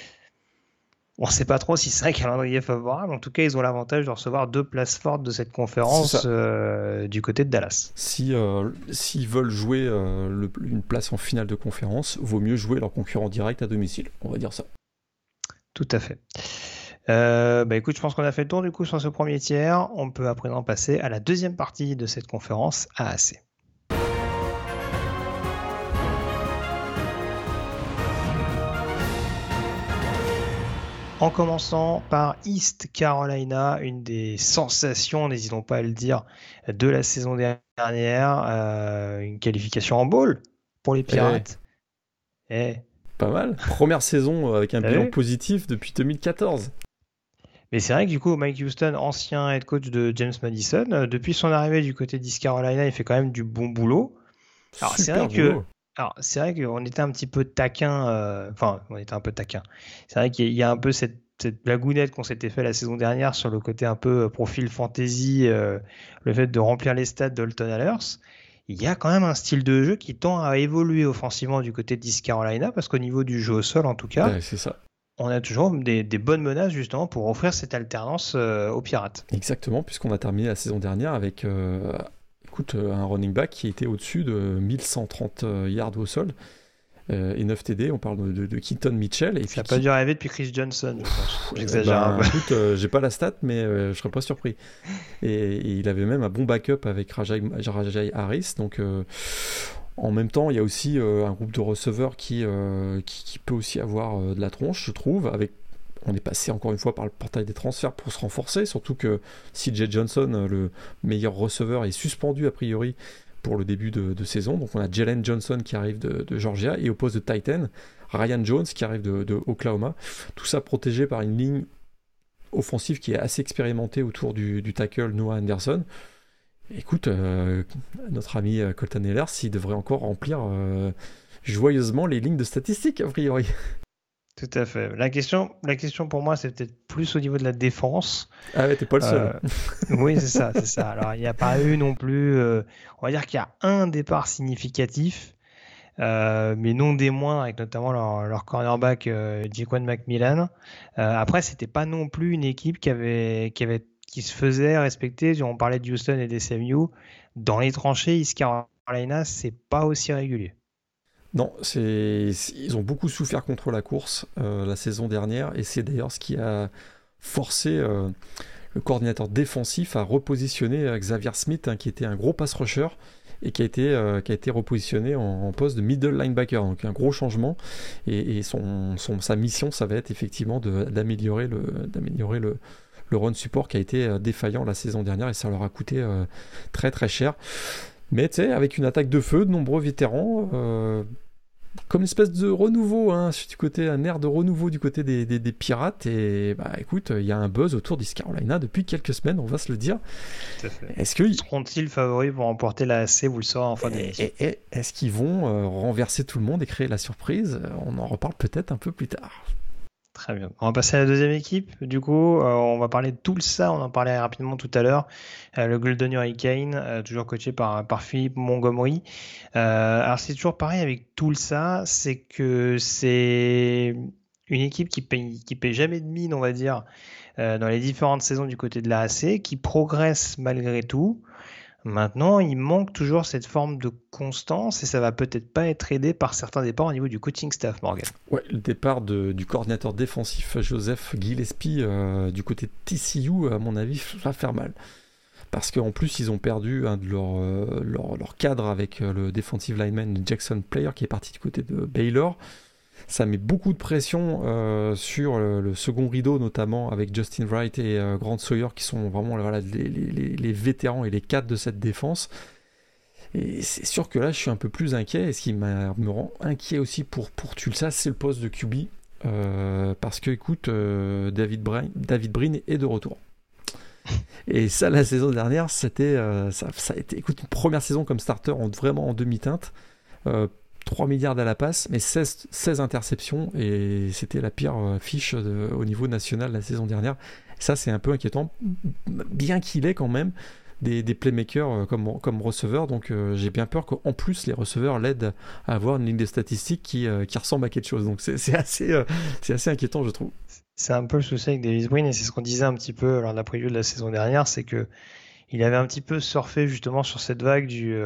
on ne sait pas trop si c'est un calendrier favorable. En tout cas, ils ont l'avantage de recevoir 2 places fortes de cette conférence du côté de Dallas. S'ils veulent jouer une place en finale de conférence, vaut mieux jouer leur concurrent direct à domicile. On va dire ça. Tout à fait. Écoute, je pense qu'on a fait le tour du coup sur ce premier tiers. On peut à présent passer à la deuxième partie de cette conférence AAC. En commençant par East Carolina, une des sensations, n'hésitons pas à le dire, de la saison dernière, une qualification en bowl pour les Pirates. Pas mal. Première saison avec un bilan positif depuis 2014. Mais c'est vrai que du coup, Mike Houston, ancien head coach de James Madison, depuis son arrivée du côté d'East Carolina, il fait quand même du bon boulot. Alors c'est vrai qu'on était un petit peu taquin, on était un peu taquin. C'est vrai qu'il y a un peu cette blagounette qu'on s'était fait la saison dernière sur le côté un peu profil fantasy, le fait de remplir les stades d'Holton Ahlers. il y a quand même un style de jeu qui tend à évoluer offensivement du côté d'East Carolina, parce qu'au niveau du jeu au sol, en tout cas, c'est ça. On a toujours des bonnes menaces justement pour offrir cette alternance aux Pirates. Exactement, puisqu'on a terminé la saison dernière avec un running back qui était au-dessus de 1130 yards au sol et 9 TD. On parle de Keaton Mitchell. Et ça n'a pas dû arriver depuis Chris Johnson, je pense. J'exagère un peu. Écoute, j'ai pas la stat, mais je serais pas surpris. Et il avait même un bon backup avec Rajai Harris. Donc, en même temps, il y a aussi un groupe de receveurs qui peut aussi avoir de la tronche, je trouve. On est passé encore une fois par le portail des transferts pour se renforcer, surtout que CJ Johnson, le meilleur receveur, est suspendu a priori pour le début de saison. Donc on a Jalen Johnson qui arrive de Georgia, et au poste de Titan, Ryan Jones qui arrive de Oklahoma. Tout ça protégé par une ligne offensive qui est assez expérimentée autour du tackle Noah Anderson. Écoute, notre ami Colton Ehlers, il devrait encore remplir joyeusement les lignes de statistiques, a priori. Tout à fait. La question pour moi, c'est peut-être plus au niveau de la défense. Ah ouais, t'es pas le seul. Oui, c'est ça. Alors, il n'y a pas eu non plus... on va dire qu'il y a un départ significatif, mais non des moindres, avec notamment leur cornerback Jaquan McMillan. Après, c'était pas non plus une équipe qui se faisait respecter. On parlait de Houston et des SMU. Dans les tranchées, East Carolina, c'est pas aussi régulier. Non, ils ont beaucoup souffert contre la course la saison dernière, et c'est d'ailleurs ce qui a forcé le coordinateur défensif à repositionner Xavier Smith, qui était un gros pass rusher, et qui a été repositionné en poste de middle linebacker, donc un gros changement, et sa mission, ça va être effectivement d'améliorer le run support qui a été défaillant la saison dernière, et ça leur a coûté très très cher. Mais tu sais, avec une attaque de feu, de nombreux vétérans, comme une espèce de renouveau, un air de renouveau du côté des Pirates. Et écoute, il y a un buzz autour d'East Carolina depuis quelques semaines, on va se le dire. Tout à fait. Seront-ils favoris pour remporter la AC? Vous le saurez en fin d'émission. Et est-ce qu'ils vont renverser tout le monde et créer la surprise? On en reparle peut-être un peu plus tard. Très bien. On va passer à la deuxième équipe. Du coup, on va parler de Tulsa. On en parlait rapidement tout à l'heure. Le Golden Hurricane, toujours coaché par Philippe Montgomery. Alors, c'est toujours pareil avec Tulsa. C'est que c'est une équipe qui paye jamais de mine, on va dire, dans les différentes saisons du côté de la AC, qui progresse malgré tout. Maintenant, il manque toujours cette forme de constance, et ça va peut-être pas être aidé par certains départs au niveau du coaching staff, Morgan. Ouais, le départ du coordinateur défensif Joseph Gillespie du côté de TCU, à mon avis, va faire mal. Parce qu'en plus, ils ont perdu un de leur cadre avec le defensive lineman Jackson Player qui est parti du côté de Baylor. Ça met beaucoup de pression sur le second rideau, notamment avec Justin Wright et Grant Sawyer, qui sont vraiment les vétérans et les cadres de cette défense. Et c'est sûr que là, je suis un peu plus inquiet. Et ce qui me rend inquiet aussi pour Tulsa, c'est le poste de QB. Parce que, écoute, David Breen est de retour. Et ça, la saison dernière, ça a été, écoute, une première saison comme starter vraiment en demi-teinte. 3 milliards à la passe, mais 16 interceptions, et c'était la pire fiche au niveau national la saison dernière. Ça, c'est un peu inquiétant, bien qu'il ait quand même des playmakers comme receveurs, donc j'ai bien peur qu'en plus les receveurs l'aident à avoir une ligne de statistiques qui ressemble à quelque chose. Donc c'est assez inquiétant, je trouve. C'est un peu le souci avec David Breen, et c'est ce qu'on disait un petit peu lors de la preview de la saison dernière, c'est que il avait un petit peu surfé justement sur cette vague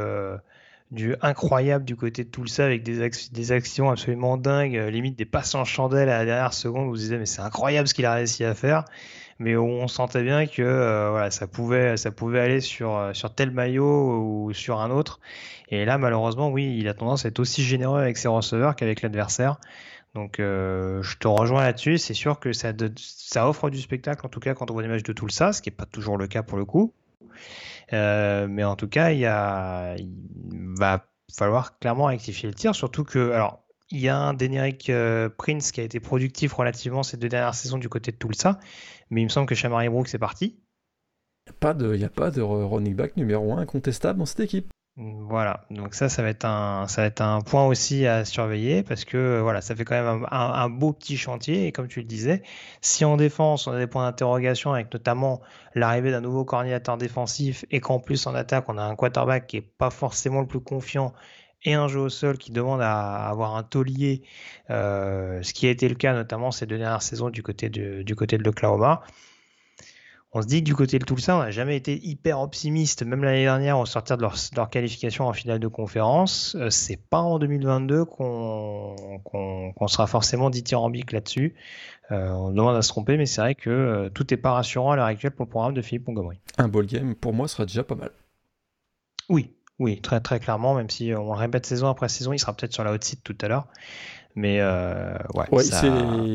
du incroyable du côté de Tulsa, avec des actions absolument dingues, limite des passes en chandelle à la dernière seconde, où vous disiez mais c'est incroyable ce qu'il a réussi à faire, mais on sentait bien que voilà, ça pouvait aller sur tel maillot ou sur un autre, et là malheureusement oui, il a tendance à être aussi généreux avec ses receveurs qu'avec l'adversaire. Donc je te rejoins là-dessus, c'est sûr que ça offre du spectacle, en tout cas quand on voit l'image de Tulsa, ce qui n'est pas toujours le cas pour le coup. Mais en tout cas, il va falloir clairement rectifier le tir, surtout que, alors, il y a un Deneric Prince qui a été productif relativement ces 2 dernières saisons du côté de Tulsa, mais il me semble que Shamari Brooks est parti. Il n'y a pas de running back numéro 1 incontestable dans cette équipe. Voilà, donc ça va être un point aussi à surveiller parce que voilà, ça fait quand même un beau petit chantier et comme tu le disais, si en défense on a des points d'interrogation avec notamment l'arrivée d'un nouveau coordinateur défensif et qu'en plus en attaque on a un quarterback qui est pas forcément le plus confiant et un jeu au sol qui demande à avoir un taulier, ce qui a été le cas notamment ces 2 dernières saisons du côté de l'Oklahoma. On se dit que du côté de Tulsa, on n'a jamais été hyper optimiste, même l'année dernière au sortir de leur qualification en finale de conférence. C'est pas en 2022 qu'on sera forcément dithyrambique là-dessus. On demande à se tromper, mais c'est vrai que tout n'est pas rassurant à l'heure actuelle pour le programme de Philippe Montgomery. Un bowl game, pour moi, sera déjà pas mal. Oui, oui, très très clairement, même si on le répète saison après saison, il sera peut-être sur la hot seat tout à l'heure. Mais Ouais, ça...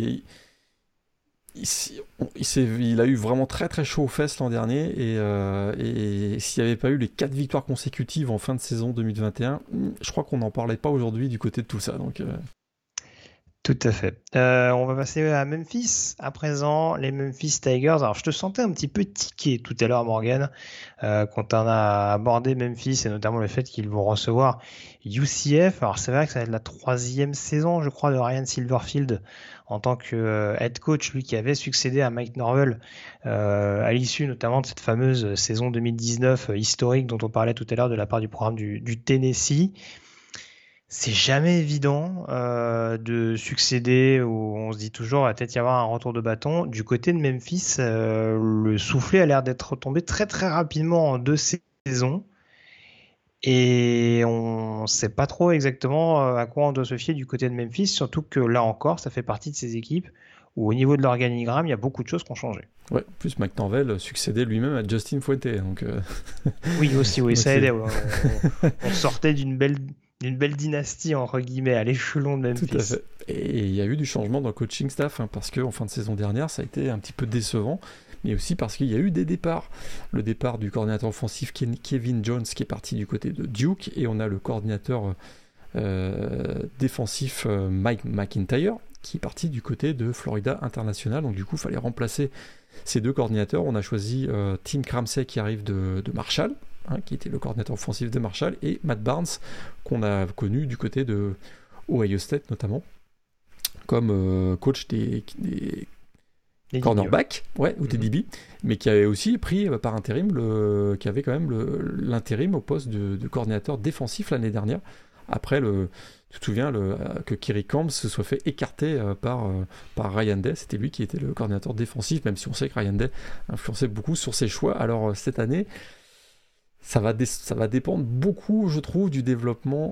il a eu vraiment très très chaud aux fesses l'an dernier et s'il n'y avait pas eu les 4 victoires consécutives en fin de saison 2021, je crois qu'on n'en parlait pas aujourd'hui du côté de tout ça. Donc, Tout à fait. On va passer à Memphis. À présent, les Memphis Tigers. Alors, je te sentais un petit peu tiqué tout à l'heure, Morgan, quand on a abordé Memphis et notamment le fait qu'ils vont recevoir UCF. Alors, c'est vrai que ça va être la 3e saison, je crois, de Ryan Silverfield en tant que head coach, lui qui avait succédé à Mike Norvell à l'issue notamment de cette fameuse saison 2019 historique dont on parlait tout à l'heure de la part du programme du Tennessee. C'est jamais évident de succéder où on se dit toujours, il va peut-être y avoir un retour de bâton. Du côté de Memphis, le soufflet a l'air d'être tombé très très rapidement en 2 saisons. Et on ne sait pas trop exactement à quoi on doit se fier du côté de Memphis, surtout que là encore, ça fait partie de ces équipes où au niveau de l'organigramme, il y a beaucoup de choses qui ont changé. ouais, plus McNorvell succédait lui-même à Justin Fuente. Donc, Oui, aussi, oui, ça c'est- aidait. Ouais. On sortait d'une belle dynastie, entre guillemets, à l'échelon de Memphis. Tout à fait. Et il y a eu du changement dans le coaching staff, parce qu'en fin de saison dernière, ça a été un petit peu décevant, mais aussi parce qu'il y a eu des départs. Le départ du coordinateur offensif Kevin Jones qui est parti du côté de Duke, et on a le coordinateur défensif Mike McIntyre qui est parti du côté de Florida International. Donc du coup, il fallait remplacer ces 2 coordinateurs. On a choisi Tim Cramsey qui arrive de Marshall, qui était le coordinateur offensif de Marshall, et Matt Barnes, qu'on a connu du côté de Ohio State notamment, comme coach des cornerbacks, ou des DB, mais qui avait aussi pris par intérim, qui avait quand même l'intérim au poste de coordinateur défensif l'année dernière, après tu te souviens que Kerry Camps se soit fait écarter par Ryan Day. C'était lui qui était le coordinateur défensif, même si on sait que Ryan Day influençait beaucoup sur ses choix. Alors cette année, ça va dépendre beaucoup, je trouve, du développement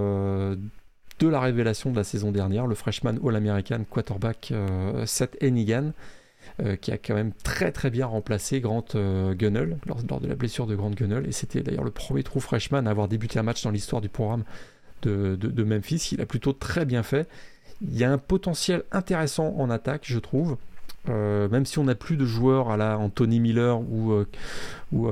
de la révélation de la saison dernière, le freshman All-American quarterback Seth Hennigan, qui a quand même très très bien remplacé Grant Gunnell lors de la blessure de Grant Gunnell, et c'était d'ailleurs le premier true freshman à avoir débuté un match dans l'histoire du programme de Memphis. Il a plutôt très bien fait. Il y a un potentiel intéressant en attaque, je trouve. Même si on n'a plus de joueurs à la Anthony Miller ou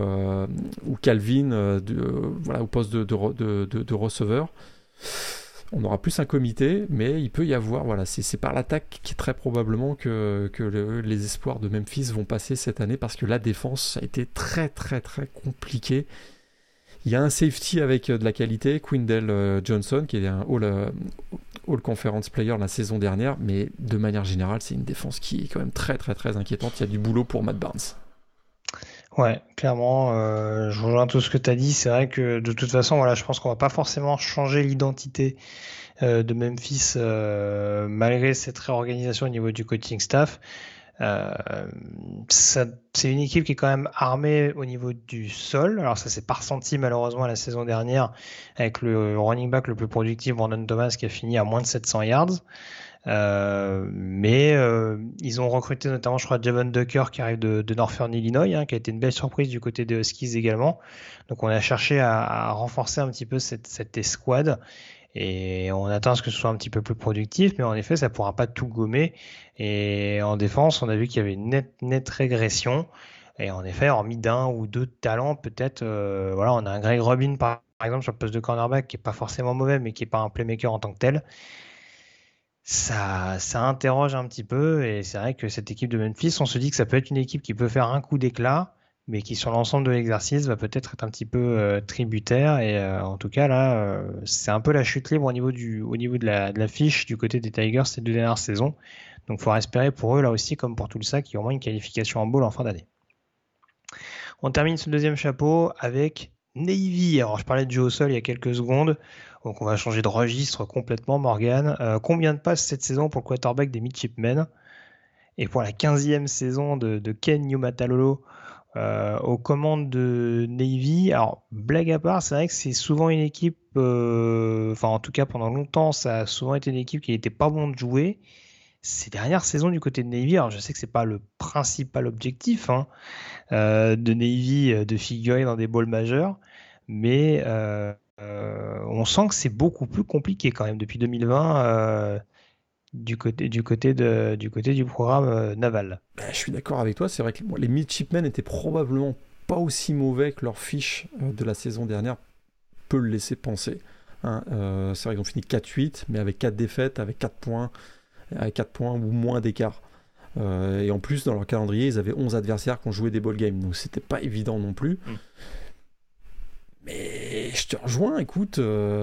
Calvin au poste de receveur, on aura plus un comité, mais il peut y avoir, c'est par l'attaque qui est très probablement que les espoirs de Memphis vont passer cette année, parce que la défense a été très très très compliquée. Il y a un safety avec de la qualité, Quindell Johnson, qui est un All-Conference Player la saison dernière, mais de manière générale, c'est une défense qui est quand même très très très inquiétante. Il y a du boulot pour Matt Barnes. Ouais, clairement, je rejoins tout ce que tu as dit. C'est vrai que de toute façon, je pense qu'on va pas forcément changer l'identité de Memphis malgré cette réorganisation au niveau du coaching staff. C'est une équipe qui est quand même armée au niveau du sol. Alors ça s'est pas ressenti malheureusement la saison dernière avec le running back le plus productif, Brandon Thomas, qui a fini à moins de 700 yards. Mais ils ont recruté notamment, je crois, Javon Ducker qui arrive de Northern Illinois, qui a été une belle surprise du côté des Huskies également. Donc on a cherché à renforcer un petit peu cette escouade. Et on attend à ce que ce soit un petit peu plus productif, mais en effet, ça pourra pas tout gommer. Et en défense, on a vu qu'il y avait une nette régression. Et en effet, hormis d'un ou deux talents, peut-être, on a un Greg Robin, par exemple, sur le poste de cornerback, qui est pas forcément mauvais, mais qui est pas un playmaker en tant que tel. Ça interroge un petit peu. Et c'est vrai que cette équipe de Memphis, on se dit que ça peut être une équipe qui peut faire un coup d'éclat, mais qui sur l'ensemble de l'exercice va peut-être être un petit peu tributaire. Et en tout cas, là, c'est un peu la chute libre au niveau de la fiche du côté des Tigers ces 2 dernières saisons. Donc, il faudra espérer pour eux, là aussi, comme pour Tulsa, qu'il y ait au moins une qualification en bowl en fin d'année. On termine ce deuxième chapeau avec Navy. Alors, je parlais de jeu au sol il y a quelques secondes. Donc, on va changer de registre complètement, Morgan. Combien de passes cette saison pour le quarterback des Midshipmen? Et pour la 15e saison de Ken Niumatalolo aux commandes de Navy. Alors, blague à part, c'est vrai que c'est souvent une équipe, en tout cas pendant longtemps, ça a souvent été une équipe qui n'était pas bon de jouer. Ces dernières saisons du côté de Navy, alors je sais que c'est pas le principal objectif de Navy de figurer dans des bowls majeurs, mais on sent que c'est beaucoup plus compliqué quand même depuis 2020 du côté du programme naval. Je suis d'accord avec toi, c'est vrai que les Midshipmen étaient probablement pas aussi mauvais que leur fiche de la saison dernière peut le laisser penser. C'est vrai qu'ils ont fini 4-8, mais avec 4 défaites, avec 4 points ou moins d'écart. Et en plus, dans leur calendrier, ils avaient 11 adversaires qui ont joué des ball games, donc c'était pas évident non plus. Mais je te rejoins, écoute,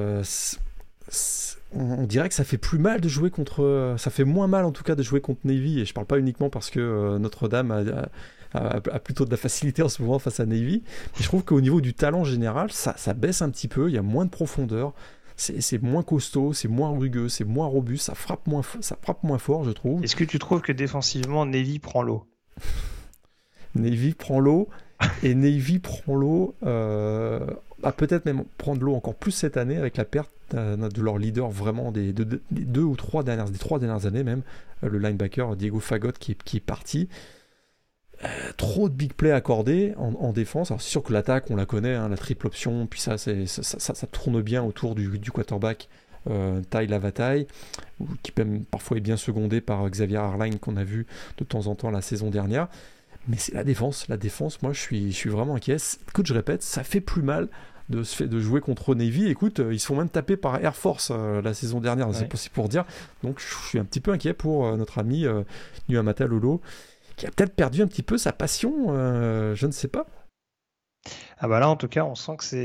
on dirait que ça fait plus mal de jouer contre... ça fait moins mal en tout cas de jouer contre Navy, et je parle pas uniquement parce que Notre-Dame a plutôt de la facilité en ce moment face à Navy, mais je trouve qu'au niveau du talent général, ça baisse un petit peu, il y a moins de profondeur, c'est moins costaud, c'est moins rugueux, c'est moins robuste, ça frappe moins fort, je trouve. Est-ce que tu trouves que défensivement, Navy prend l'eau? Navy prend l'eau, et Navy prend l'eau... va peut-être même prendre l'eau encore plus cette année avec la perte de leur leader vraiment des 2 ou 3 dernières années même, le linebacker Diego Fagot qui est parti. Trop de big plays accordés en défense. Alors c'est sûr que l'attaque on la connaît, la triple option, puis ça tourne bien autour du quarterback Ty Lavataille, qui même parfois est bien secondé par Xavier Harline qu'on a vu de temps en temps la saison dernière. Mais c'est la défense, moi je suis vraiment inquiet. Écoute, je répète, ça fait plus mal de jouer contre Navy. Écoute, ils se font même taper par Air Force la saison dernière, ouais. C'est possible pour dire. Donc je suis un petit peu inquiet pour notre ami Niumatalolo, qui a peut-être perdu un petit peu sa passion, je ne sais pas. Ah bah là en tout cas on sent que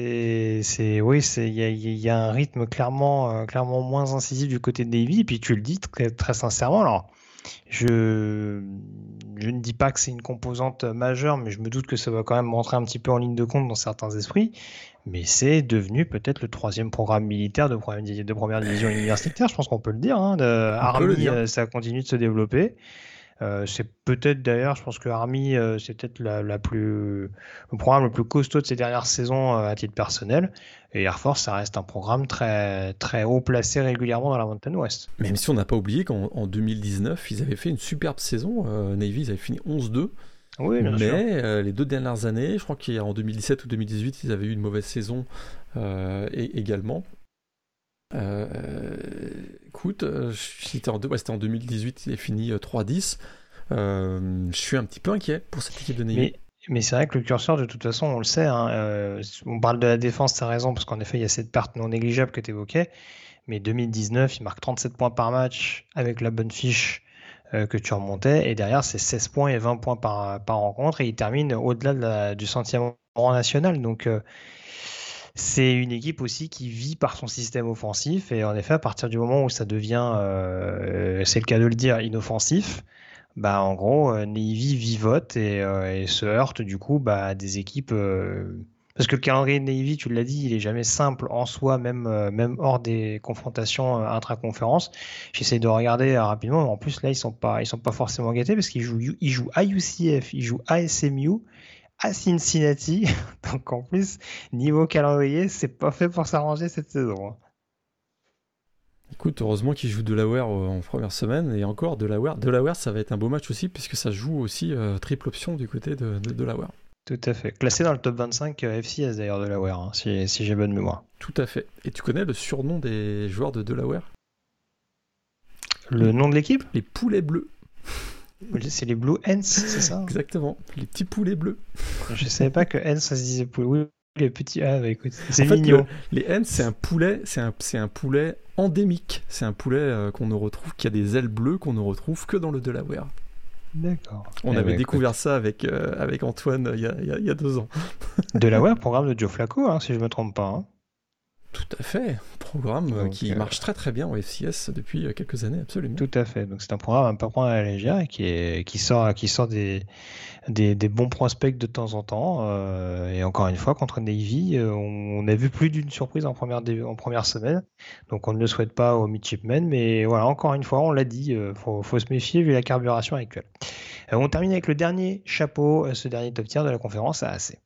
il y a un rythme clairement moins incisif du côté de Navy, et puis tu le dis très, très sincèrement. Alors je ne dis pas que c'est une composante majeure, mais je me doute que ça va quand même rentrer un petit peu en ligne de compte dans certains esprits. Mais c'est devenu peut-être le 3e programme militaire de première division universitaire, je pense qu'on peut le dire. Army, ça continue de se développer. C'est peut-être d'ailleurs, je pense que Army, c'est peut-être le programme le plus costaud de ces dernières saisons à titre personnel. Et Air Force, ça reste un programme très, très haut placé régulièrement dans la Mountain West. Même si on n'a pas oublié qu'en 2019, ils avaient fait une superbe saison. Navy, ils avaient fini 11-2. Oui, bien sûr. Mais les 2 dernières années, je crois qu'en 2017 ou 2018, ils avaient eu une mauvaise saison également. Écoute, c'était en 2018, il est fini 3-10. Je suis un petit peu inquiet pour cette équipe de Navy. Mais c'est vrai que le curseur, de toute façon, on le sait, on parle de la défense, tu as raison, parce qu'en effet, il y a cette perte non négligeable que tu évoquais. Mais 2019, il marque 37 points par match avec la bonne fiche que tu remontais. Et derrière, c'est 16 points et 20 points par rencontre. Et il termine au-delà du 100e rang national. Donc, c'est une équipe aussi qui vit par son système offensif. Et en effet, à partir du moment où ça devient, c'est le cas de le dire, inoffensif, en gros, Navy vivote et se heurte du coup à des équipes. Parce que le calendrier de Navy, tu l'as dit, il est jamais simple en soi, même hors des confrontations intra-conférences. J'essaie de regarder rapidement, mais en plus là, ils sont pas forcément gâtés parce qu'ils jouent à UCF, ils jouent à SMU, à Cincinnati. Donc en plus, niveau calendrier, c'est pas fait pour s'arranger cette saison. Écoute, heureusement qu'ils jouent Delaware en première semaine, et encore Delaware, ça va être un beau match aussi puisque ça joue aussi triple option du côté de Delaware. Tout à fait. Classé dans le top 25 FCS d'ailleurs de Delaware, si j'ai bonne mémoire. Tout à fait. Et tu connais le surnom des joueurs de Delaware? Le nom de l'équipe? Les poulets bleus. C'est les Blue Hens, c'est ça? Exactement, les petits poulets bleus. Je savais pas que Hens ça se disait poulet. Oui, les petits. Ah bah écoute, c'est mignon. Les Hens, c'est un poulet, c'est un poulet endémique. C'est un poulet qu'on ne retrouve, qui a des ailes bleues qu'on ne retrouve que dans le Delaware. D'accord. On avait découvert ça avec Antoine il y a 2 ans. Delaware, programme de Joe Flacco, hein, si je ne me trompe pas. Hein. Tout à fait. Programme qui marche très très bien au FCS depuis quelques années, absolument. Tout à fait. Donc c'est un programme un peu prendre à la légère et qui sort des bons prospects de temps en temps. Et encore une fois, contre Navy, on a vu plus d'une surprise en première semaine. Donc on ne le souhaite pas aux midshipmen. Mais voilà, encore une fois, on l'a dit, faut se méfier vu la carburation actuelle. On termine avec le dernier chapeau, ce dernier top tier de la conférence AAC.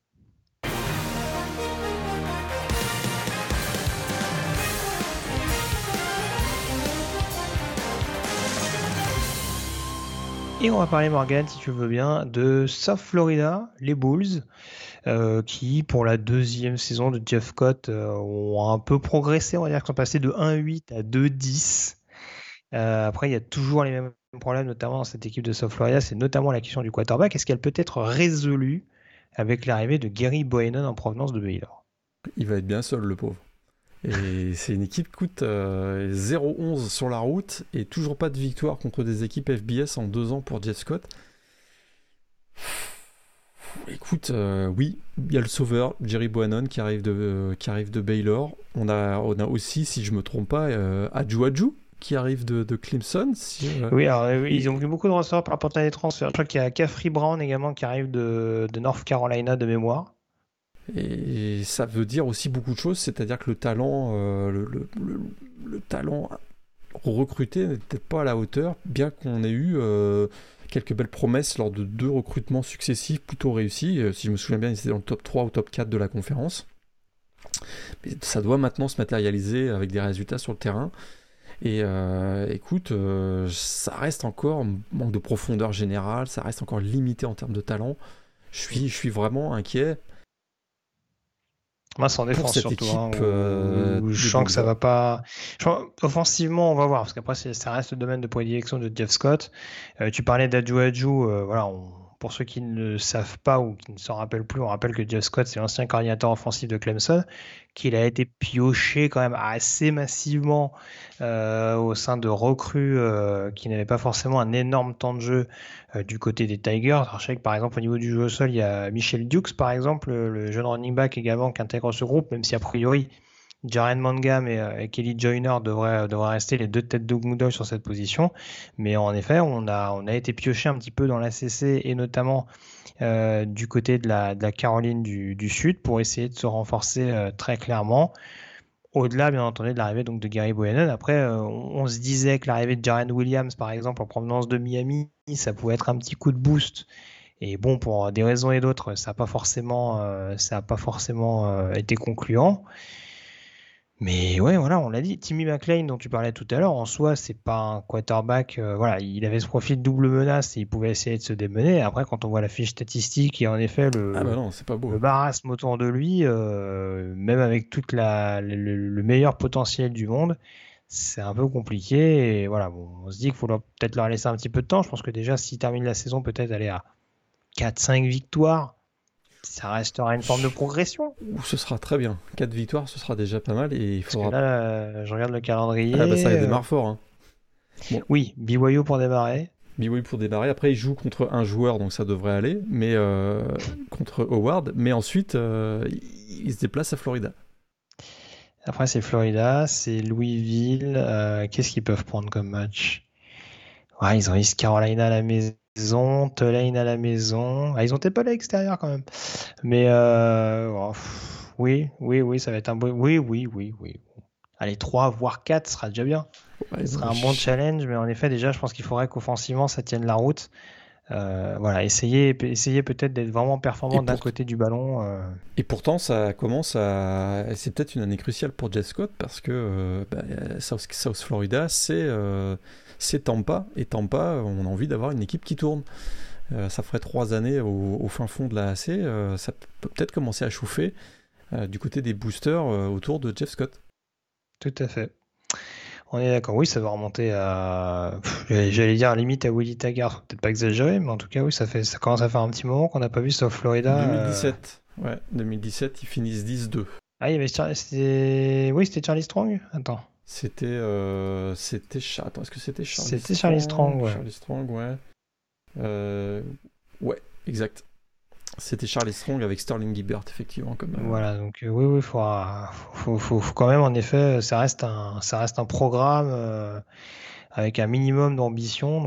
Et on va parler, Morgan, si tu veux bien, de South Florida, les Bulls, qui, pour la 2e saison de Jeff Scott, ont un peu progressé. On va dire qu'ils sont passés de 1-8 à 2-10. Après, il y a toujours les mêmes problèmes, notamment dans cette équipe de South Florida. C'est notamment la question du quarterback. Est-ce qu'elle peut être résolue avec l'arrivée de Gary Bohanon en provenance de Baylor? Il va être bien seul, le pauvre. Et c'est une équipe qui coûte 0-11 sur la route et toujours pas de victoire contre des équipes FBS en 2 ans pour Jeff Scott. Écoute, oui, il y a le sauveur, Jerry Bohanon, qui arrive de Baylor. On a aussi, si je me trompe pas, Adju qui arrive de Clemson. Oui, alors ils ont eu beaucoup de ressorts par rapport à des transferts. Je crois qu'il y a Caffrey Brown également qui arrive de North Carolina de mémoire. Et ça veut dire aussi beaucoup de choses, c'est-à-dire que le talent, le talent recruté n'est peut-être pas à la hauteur, bien qu'on ait eu quelques belles promesses lors de 2 recrutements successifs plutôt réussis. Si je me souviens bien, ils étaient dans le top 3 ou top 4 de la conférence. Mais ça doit maintenant se matérialiser avec des résultats sur le terrain. Et écoute, ça reste encore un manque de profondeur générale, ça reste encore limité en termes de talent. Je suis vraiment inquiet. Moi, c'est en défense surtout, équipe, où je sens que ça va pas. Offensivement, on va voir, parce qu'après, ça reste le domaine de prédilection de Jeff Scott. Tu parlais d'Adju, voilà. Pour ceux qui ne le savent pas ou qui ne s'en rappellent plus, on rappelle que Jeff Scott, c'est l'ancien coordinateur offensif de Clemson, qu'il a été pioché quand même assez massivement au sein de recrues qui n'avaient pas forcément un énorme temps de jeu du côté des Tigers. Alors, je sais que par exemple au niveau du jeu au sol, il y a Michel Dukes par exemple, le jeune running back également qui intègre ce groupe, même si a priori Jaren Mangum et Kelly Joyner devraient rester les 2 têtes de Moodle sur cette position. Mais en effet, on a été pioché un petit peu dans l'ACC et notamment du côté de la Caroline du Sud pour essayer de se renforcer très clairement. Au-delà, bien entendu, de l'arrivée donc, de Gary Bohanon. Après, on se disait que l'arrivée de Jaren Williams, par exemple, en provenance de Miami, ça pouvait être un petit coup de boost. Et bon, pour des raisons et d'autres, ça n'a pas forcément été concluant. Mais ouais, voilà, on l'a dit. Timmy McClain, dont tu parlais tout à l'heure, en soi, c'est pas un quarterback. Voilà, il avait ce profil double menace et il pouvait essayer de se démener. Après, quand on voit la fiche statistique et en effet le marasme autour de lui, même avec toute le meilleur potentiel du monde, c'est un peu compliqué. Et voilà, bon, on se dit qu'il faut peut-être leur laisser un petit peu de temps. Je pense que déjà, s'ils terminent la saison, peut-être aller à 4-5 victoires. Ça restera une forme de progression. Ce sera très bien. 4 victoires, ce sera déjà pas mal. Et il faudra... Parce que là, je regarde le calendrier. Ça démarre fort. Hein. Bon. Oui, BYU pour démarrer. BYU pour démarrer. Après, il joue contre un joueur, donc ça devrait aller. Mais contre Howard. Mais ensuite, il se déplace à Florida. Après, c'est Florida, c'est Louisville. Qu'est-ce qu'ils peuvent prendre comme match? Ouais, ils ont East Carolina à la maison. Tulane à la maison. Ils ont Temple à l'extérieur quand même. Mais oui, ça va être un beau. Oui. Allez, 3 voire 4 sera déjà bien. Ce sera un bon challenge, mais en effet, déjà, je pense qu'il faudrait qu'offensivement ça tienne la route. Voilà, essayez peut-être d'être vraiment performant d'un côté du ballon. Et pourtant, ça commence à. C'est peut-être une année cruciale pour Jeff Scott parce que South Florida, c'est Tampa. Et Tampa, on a envie d'avoir une équipe qui tourne. Ça ferait 3 années au fin fond de la AC. Ça peut peut-être commencer à chauffer du côté des boosters autour de Jeff Scott. Tout à fait. On est d'accord. Oui, ça va remonter à. J'allais dire à la limite à Willie Taggart. Peut-être pas exagéré, mais en tout cas, oui, ça commence à faire un petit moment qu'on n'a pas vu South Florida. 2017. Ouais, 2017, ils finissent 10-2. Ah, il y avait c'était Charlie Strong. Attends. Attends, est-ce que c'était Charlie Strong? C'était Charlie Strong, ouais. Charlie Strong, ouais. Ouais, exact. C'était Charlie Strong avec Sterling Gilbert, effectivement. Voilà, donc oui, faut quand même, en effet, ça reste un programme avec un minimum d'ambition,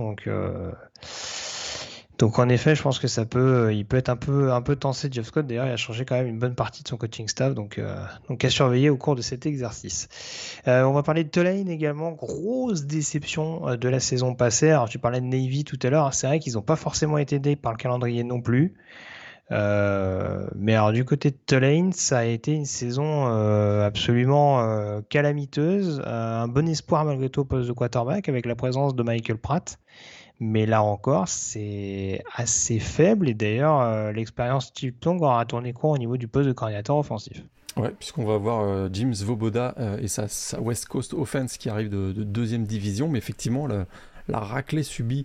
donc en effet, je pense que il peut être un peu tensé. Jeff Scott, d'ailleurs, il a changé quand même une bonne partie de son coaching staff, donc à surveiller au cours de cet exercice. On va parler de Tulane également, grosse déception de la saison passée. Alors tu parlais de Navy tout à l'heure, c'est vrai qu'ils n'ont pas forcément été aidés par le calendrier non plus. Mais alors du côté de Tulane, ça a été une saison absolument calamiteuse. Un bon espoir malgré tout au poste de quarterback avec la présence de Michael Pratt. Mais là encore, c'est assez faible. Et d'ailleurs, l'expérience Steve Long aura tourné court au niveau du poste de coordinateur offensif. Ouais, puisqu'on va avoir Jim Svoboda et sa West Coast Offense qui arrive de deuxième division. Mais effectivement, la raclée subie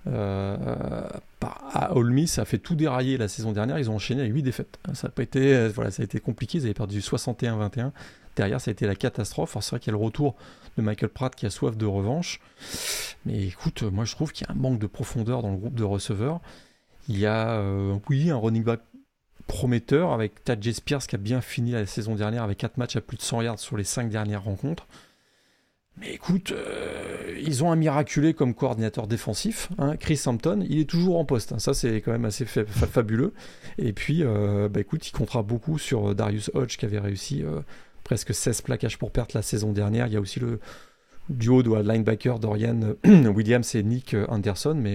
à Ole Miss a fait tout dérailler la saison dernière. Ils ont enchaîné à 8 défaites. Ça a été compliqué. Ils avaient perdu 61-21. Derrière, ça a été la catastrophe. Alors, c'est vrai qu'il y a le retour de Michael Pratt qui a soif de revanche. Mais écoute, moi je trouve qu'il y a un manque de profondeur dans le groupe de receveurs. Il y a, un running back prometteur avec Tajay Spears qui a bien fini la saison dernière avec 4 matchs à plus de 100 yards sur les 5 dernières rencontres. Mais écoute, ils ont un miraculé comme coordinateur défensif, hein, Chris Hampton, il est toujours en poste, hein, ça c'est quand même assez fabuleux. Et puis, écoute, il comptera beaucoup sur Darius Hodge qui avait réussi presque 16 plaquages pour perte la saison dernière. Il y a aussi le duo de linebacker Dorian Williams et Nick Anderson, mais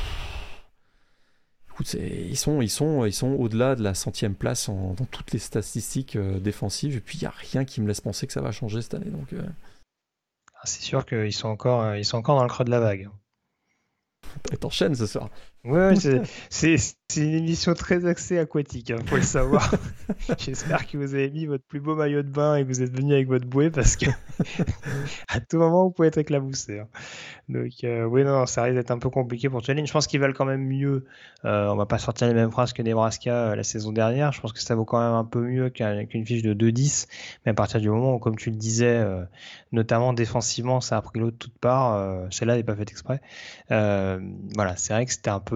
écoute, ils sont au-delà de la 100e place dans toutes les statistiques défensives, et puis il n'y a rien qui me laisse penser que ça va changer cette année. Donc, c'est sûr qu'ils sont encore dans le creux de la vague. Et t'enchaînes ce soir. Ouais, c'est une émission très axée aquatique, faut le savoir. J'espère que vous avez mis votre plus beau maillot de bain et que vous êtes venu avec votre bouée parce que à tout moment vous pouvez être éclaboussé. Donc oui, non, ça risque d'être un peu compliqué pour Tulane. Je pense qu'ils valent quand même mieux. On va pas sortir les mêmes phrases que Nebraska la saison dernière. Je pense que ça vaut quand même un peu mieux qu'une fiche de 2-10. Mais à partir du moment où, comme tu le disais, notamment défensivement, ça a pris l'eau de toutes parts. Celle-là n'est pas faite exprès. Voilà, c'est vrai que c'était un peu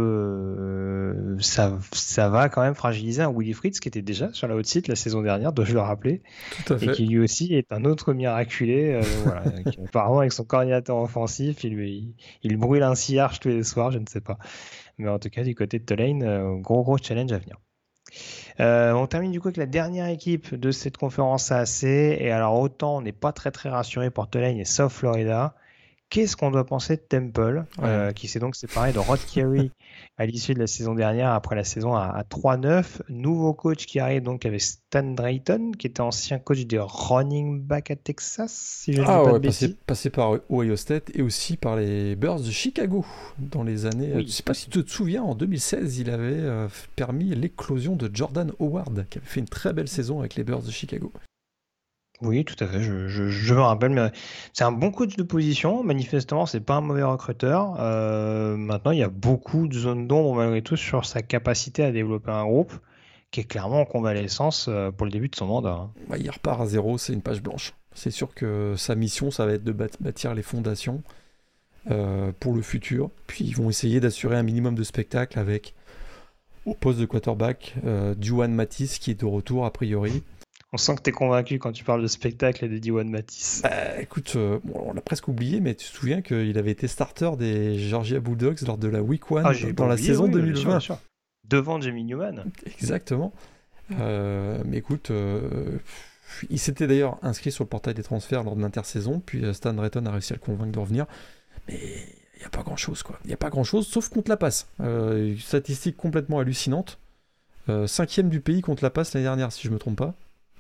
ça va quand même fragiliser un Willie Fritz qui était déjà sur la haute site la saison dernière, dois-je le rappeler, et qui lui aussi est un autre miraculé. Voilà, apparemment avec son coordinateur offensif, il brûle un cierge tous les soirs, je ne sais pas. Mais en tout cas, du côté de Tulane, gros challenge à venir. On termine du coup avec la dernière équipe de cette conférence AAC. Et alors autant on n'est pas très rassuré pour Tulane et South Florida. Qu'est-ce qu'on doit penser de Temple, qui s'est donc séparé de Rod Carey à l'issue de la saison dernière, après la saison à 3-9. Nouveau coach qui arrive donc avec Stan Drayton, qui était ancien coach des running back à Texas, si je ne dis pas de bêtises. Passé par Ohio State et aussi par les Bears de Chicago dans les années... Je ne sais pas si tu te souviens, en 2016, il avait permis l'éclosion de Jordan Howard, qui avait fait une très belle saison avec les Bears de Chicago. Oui, tout à fait, je me rappelle, mais c'est un bon coach de position, manifestement c'est pas un mauvais recruteur. Maintenant il y a beaucoup de zones d'ombre malgré tout sur sa capacité à développer un groupe qui est clairement en convalescence pour le début de son mandat. Il repart à zéro, c'est une page blanche. C'est sûr que sa mission ça va être de bâtir les fondations pour le futur, puis ils vont essayer d'assurer un minimum de spectacle avec au poste de quarterback Juwan Mathis qui est de retour a priori. On sent que tu es convaincu quand tu parles de spectacle et de Juwan Mathis. Écoute, on l'a presque oublié, mais tu te souviens qu'il avait été starter des Georgia Bulldogs lors de la Week 1 dans la saison 2020. Bien sûr. Devant Jamie Newman. Exactement. Mais écoute, il s'était d'ailleurs inscrit sur le portail des transferts lors de l'intersaison, puis Stan Drayton a réussi à le convaincre de revenir. Mais il n'y a pas grand-chose, quoi. Il n'y a pas grand-chose, sauf contre la passe. Une statistique complètement hallucinante. 5e du pays contre la passe l'année dernière, si je ne me trompe pas.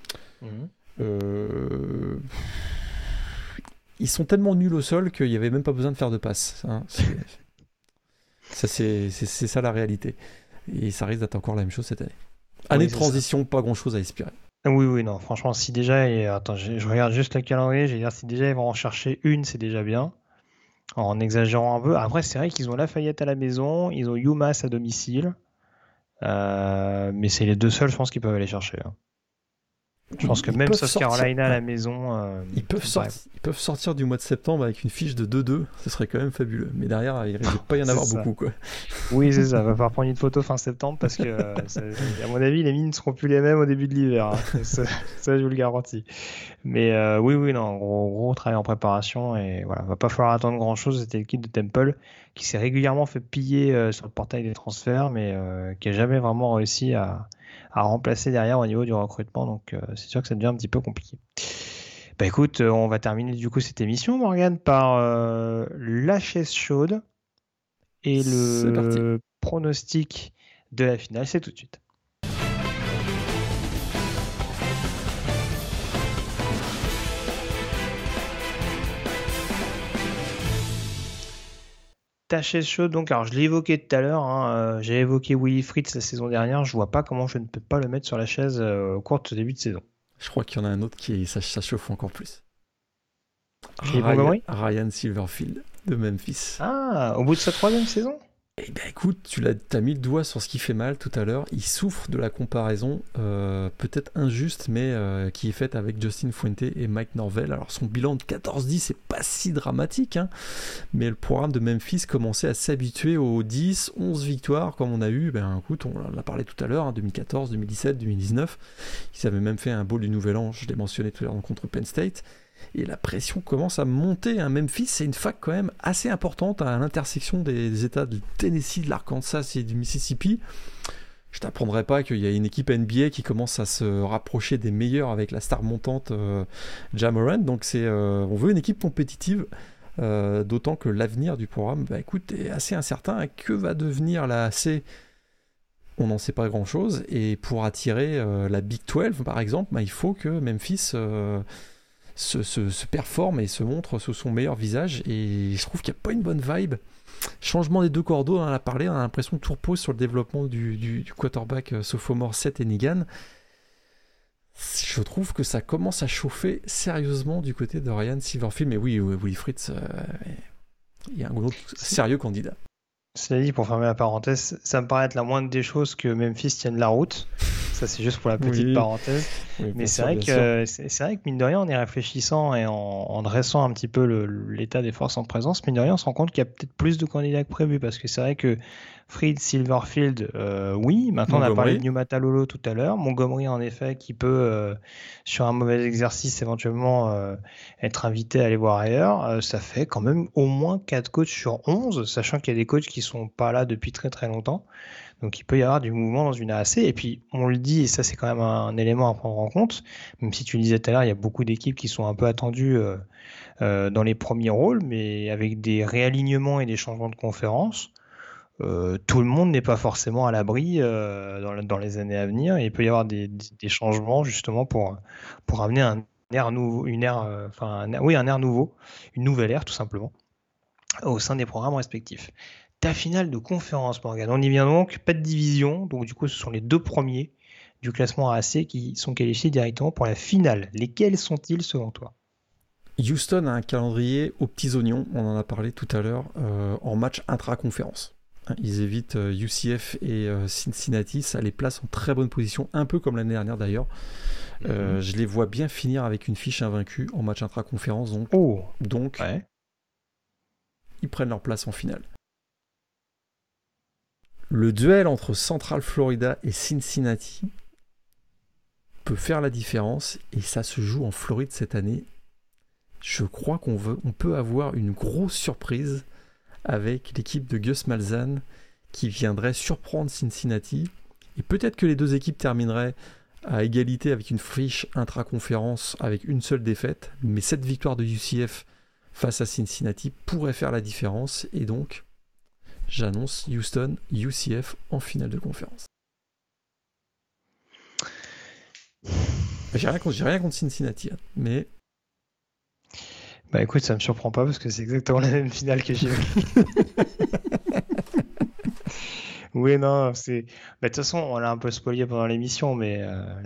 Ils sont tellement nuls au sol qu'il n'y avait même pas besoin de faire de passe, hein. C'est ça la réalité, et ça risque d'être encore la même chose cette année. Année de transition, ça. Pas grand chose à espérer. Oui, non, franchement, si déjà, attends, je regarde juste le calendrier, je vais dire si déjà ils vont en chercher une, c'est déjà bien, en exagérant un peu. Après, c'est vrai qu'ils ont Lafayette à la maison, ils ont UMass à domicile, mais c'est les deux seuls, je pense, qu'ils peuvent aller chercher, hein. Je pense que même South Carolina à la maison... Ils peuvent sortir du mois de septembre avec une fiche de 2-2, ce serait quand même fabuleux. Mais derrière, il ne risque pas y en avoir beaucoup, quoi. Oui, c'est ça. Va falloir prendre une photo fin septembre parce que, à mon avis, les mines ne seront plus les mêmes au début de l'hiver. Hein. Ça, je vous le garantis. Mais oui, non, gros travail en préparation. Et voilà, va pas falloir attendre grand-chose. C'était l'équipe de Temple qui s'est régulièrement fait piller sur le portail des transferts, mais qui n'a jamais vraiment réussi à remplacer derrière au niveau du recrutement. Donc, c'est sûr que ça devient un petit peu compliqué. Bah écoute, on va terminer du coup cette émission, Morgane, par la chaise chaude et le pronostic de la finale. C'est tout de suite. Ta chaise chaude, donc, alors je l'ai évoqué tout à l'heure, hein, j'ai évoqué Willy Fritz la saison dernière, je vois pas comment je ne peux pas le mettre sur la chaise au cours de ce début de saison. Je crois qu'il y en a un autre qui ça chauffe encore plus. Ryan Silverfield de Memphis. Ah, au bout de sa 3e saison ? Eh bien écoute, tu as mis le doigt sur ce qui fait mal tout à l'heure. Il souffre de la comparaison, peut-être injuste, mais qui est faite avec Justin Fuente et Mike Norvell. Alors son bilan de 14-10, c'est pas si dramatique, hein, mais le programme de Memphis commençait à s'habituer aux 10, 11 victoires comme on a eu. Ben écoute, on en a parlé tout à l'heure, hein, 2014, 2017, 2019. Ils avaient même fait un bowl du Nouvel An, je l'ai mentionné tout à l'heure contre Penn State. Et la pression commence à monter. Memphis, c'est une fac quand même assez importante à l'intersection des États de Tennessee, de l'Arkansas et du Mississippi. Je t'apprendrai pas qu'il y a une équipe NBA qui commence à se rapprocher des meilleurs avec la star montante Ja Morant. Donc on veut une équipe compétitive, d'autant que l'avenir du programme, écoute, est assez incertain. Que va devenir la AC ? On n'en sait pas grand-chose. Et pour attirer la Big 12, par exemple, il faut que Memphis... se performe et se montre sous son meilleur visage, et je trouve qu'il n'y a pas une bonne vibe. Changement des deux cordeaux, on en a parlé, on a l'impression que tout repose sur le développement du quarterback sophomore Seth Hennigan. Je trouve que ça commence à chauffer sérieusement du côté de Ryan Silverfield, mais oui, Willy Fritz, il y a un autre sérieux candidat. Cela dit, pour fermer la parenthèse, ça me paraît être la moindre des choses que Memphis tienne la route. Ça, c'est juste pour la petite parenthèse. Oui, mais c'est vrai que mine de rien, en y réfléchissant et en dressant un petit peu l'état des forces en présence, mine de rien, on se rend compte qu'il y a peut-être plus de candidats que prévu, parce que c'est vrai que Fritz, Silverfield, oui. Maintenant, Montgomery. On a parlé de New Matalolo tout à l'heure. Montgomery, en effet, qui peut, sur un mauvais exercice, éventuellement être invité à aller voir ailleurs. Ça fait quand même au moins 4 coachs sur 11, sachant qu'il y a des coachs qui sont pas là depuis très très longtemps. Donc il peut y avoir du mouvement dans une AAC. Et puis on le dit, et ça c'est quand même un élément à prendre en compte, même si tu le disais tout à l'heure, il y a beaucoup d'équipes qui sont un peu attendues dans les premiers rôles, mais avec des réalignements et des changements de conférence, tout le monde n'est pas forcément à l'abri dans les années à venir. Et il peut y avoir des changements justement pour amener un air nouveau, un air nouveau, une nouvelle ère tout simplement, au sein des programmes respectifs. Ta finale de conférence, Morgane. On y vient donc, pas de division, donc du coup ce sont les 2 premiers du classement AAC qui sont qualifiés directement pour la finale. Lesquels sont-ils selon toi ? Houston a un calendrier aux petits oignons, on en a parlé tout à l'heure, en match intra-conférence. Ils évitent UCF et Cincinnati, ça les place en très bonne position, un peu comme l'année dernière d'ailleurs. Je les vois bien finir avec une fiche invaincue en match intra-conférence, donc ouais. Ils prennent leur place en finale. Le duel entre Central Florida et Cincinnati peut faire la différence, et ça se joue en Floride cette année. Je crois qu'on peut avoir une grosse surprise avec l'équipe de Gus Malzahn qui viendrait surprendre Cincinnati, et peut-être que les 2 équipes termineraient à égalité avec une fiche intra-conférence avec une seule défaite, mais cette victoire de UCF face à Cincinnati pourrait faire la différence, et donc j'annonce Houston, UCF en finale de conférence. J'ai rien contre Cincinnati, mais... écoute, ça me surprend pas parce que c'est exactement la même finale que j'ai vue. Oui, non, c'est... de toute façon, on l'a un peu spoilé pendant l'émission, mais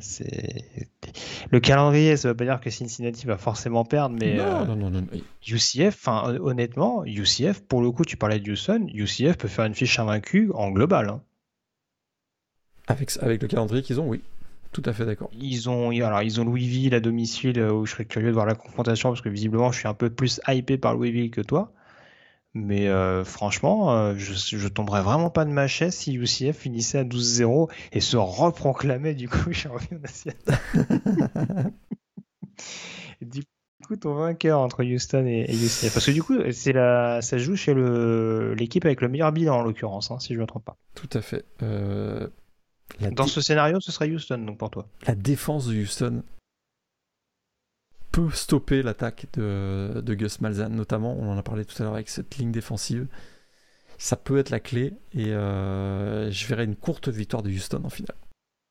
le calendrier, ça veut pas dire que Cincinnati va forcément perdre, mais non. UCF, honnêtement, UCF, pour le coup, tu parlais de Houston, UCF peut faire une fiche invaincue en global. Hein. Avec le calendrier qu'ils ont, oui. Tout à fait d'accord. Ils ont Louisville à domicile où je serais curieux de voir la confrontation parce que visiblement je suis un peu plus hypé par Louisville que toi. Mais franchement, je tomberais vraiment pas de ma chaise si UCF finissait à 12-0 et se reproclamait du coup champion national. Du coup, ton vainqueur entre Houston et UCF. Parce que du coup, ça se joue chez l'équipe avec le meilleur bilan en l'occurrence, hein, si je ne me trompe pas. Tout à fait. Dans ce scénario, ce serait Houston donc pour toi. La défense de Houston peut stopper l'attaque de Gus Malzahn, notamment. On en a parlé tout à l'heure avec cette ligne défensive. Ça peut être la clé et je verrai une courte victoire de Houston en finale.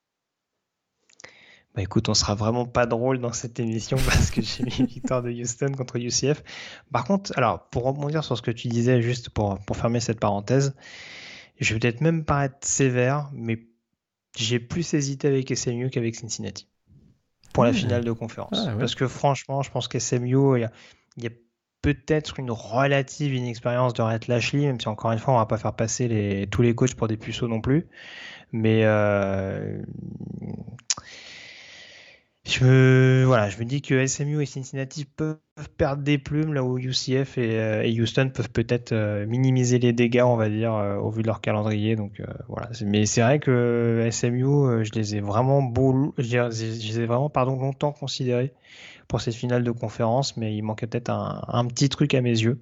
Bah écoute, on sera vraiment pas drôle dans cette émission parce que j'ai mis une victoire de Houston contre UCF. Par contre, alors pour rebondir sur ce que tu disais, juste pour fermer cette parenthèse, je vais peut-être même paraître sévère, mais j'ai plus hésité avec SMU qu'avec Cincinnati pour la finale de conférence. Ah, ouais. Parce que franchement, je pense qu'SMU, il y a peut-être une relative inexpérience de Rhett Lashlee, même si encore une fois, on va pas faire passer tous les coachs pour des puceaux non plus. Mais je me dis que SMU et Cincinnati peuvent perdre des plumes là où UCF et Houston peuvent peut-être minimiser les dégâts, on va dire, au vu de leur calendrier. Donc voilà. Mais c'est vrai que SMU, je les ai vraiment longtemps considérés pour cette finale de conférence, mais il manquait peut-être un petit truc à mes yeux.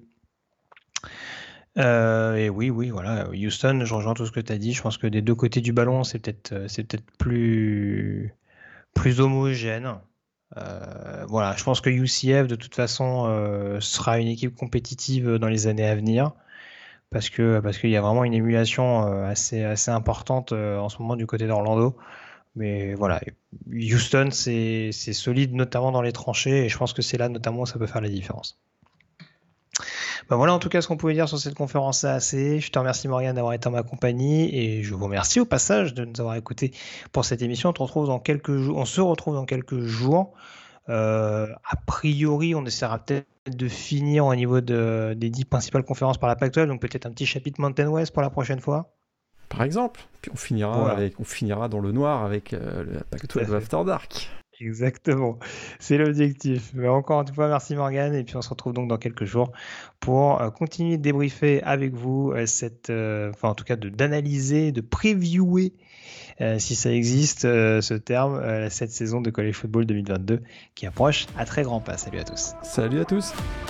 Et oui, voilà. Houston, je rejoins tout ce que tu as dit. Je pense que des deux côtés du ballon, c'est peut-être plus homogène. Voilà, je pense que UCF de toute façon sera une équipe compétitive dans les années à venir parce qu'il y a vraiment une émulation assez importante en ce moment du côté d'Orlando. Mais voilà, Houston c'est solide notamment dans les tranchées et je pense que c'est là notamment où ça peut faire la différence. Ben voilà en tout cas ce qu'on pouvait dire sur cette conférence AAC. Je te remercie Morgane d'avoir été en ma compagnie et je vous remercie au passage de nous avoir écoutés pour cette émission. On se retrouve dans quelques jours. A priori, on essaiera peut-être de finir au niveau des 10 principales conférences par la Pac-12, donc peut-être un petit chapitre Mountain West pour la prochaine fois. Par exemple. Puis on finira dans le noir avec la Pac-12 After Dark. Exactement, c'est l'objectif. Mais encore une fois, merci Morgane, et puis on se retrouve donc dans quelques jours pour continuer de débriefer avec vous en tout cas d'analyser, de previewer, si ça existe ce terme, cette saison de College Football 2022 qui approche à très grands pas. Salut à tous. Salut à tous.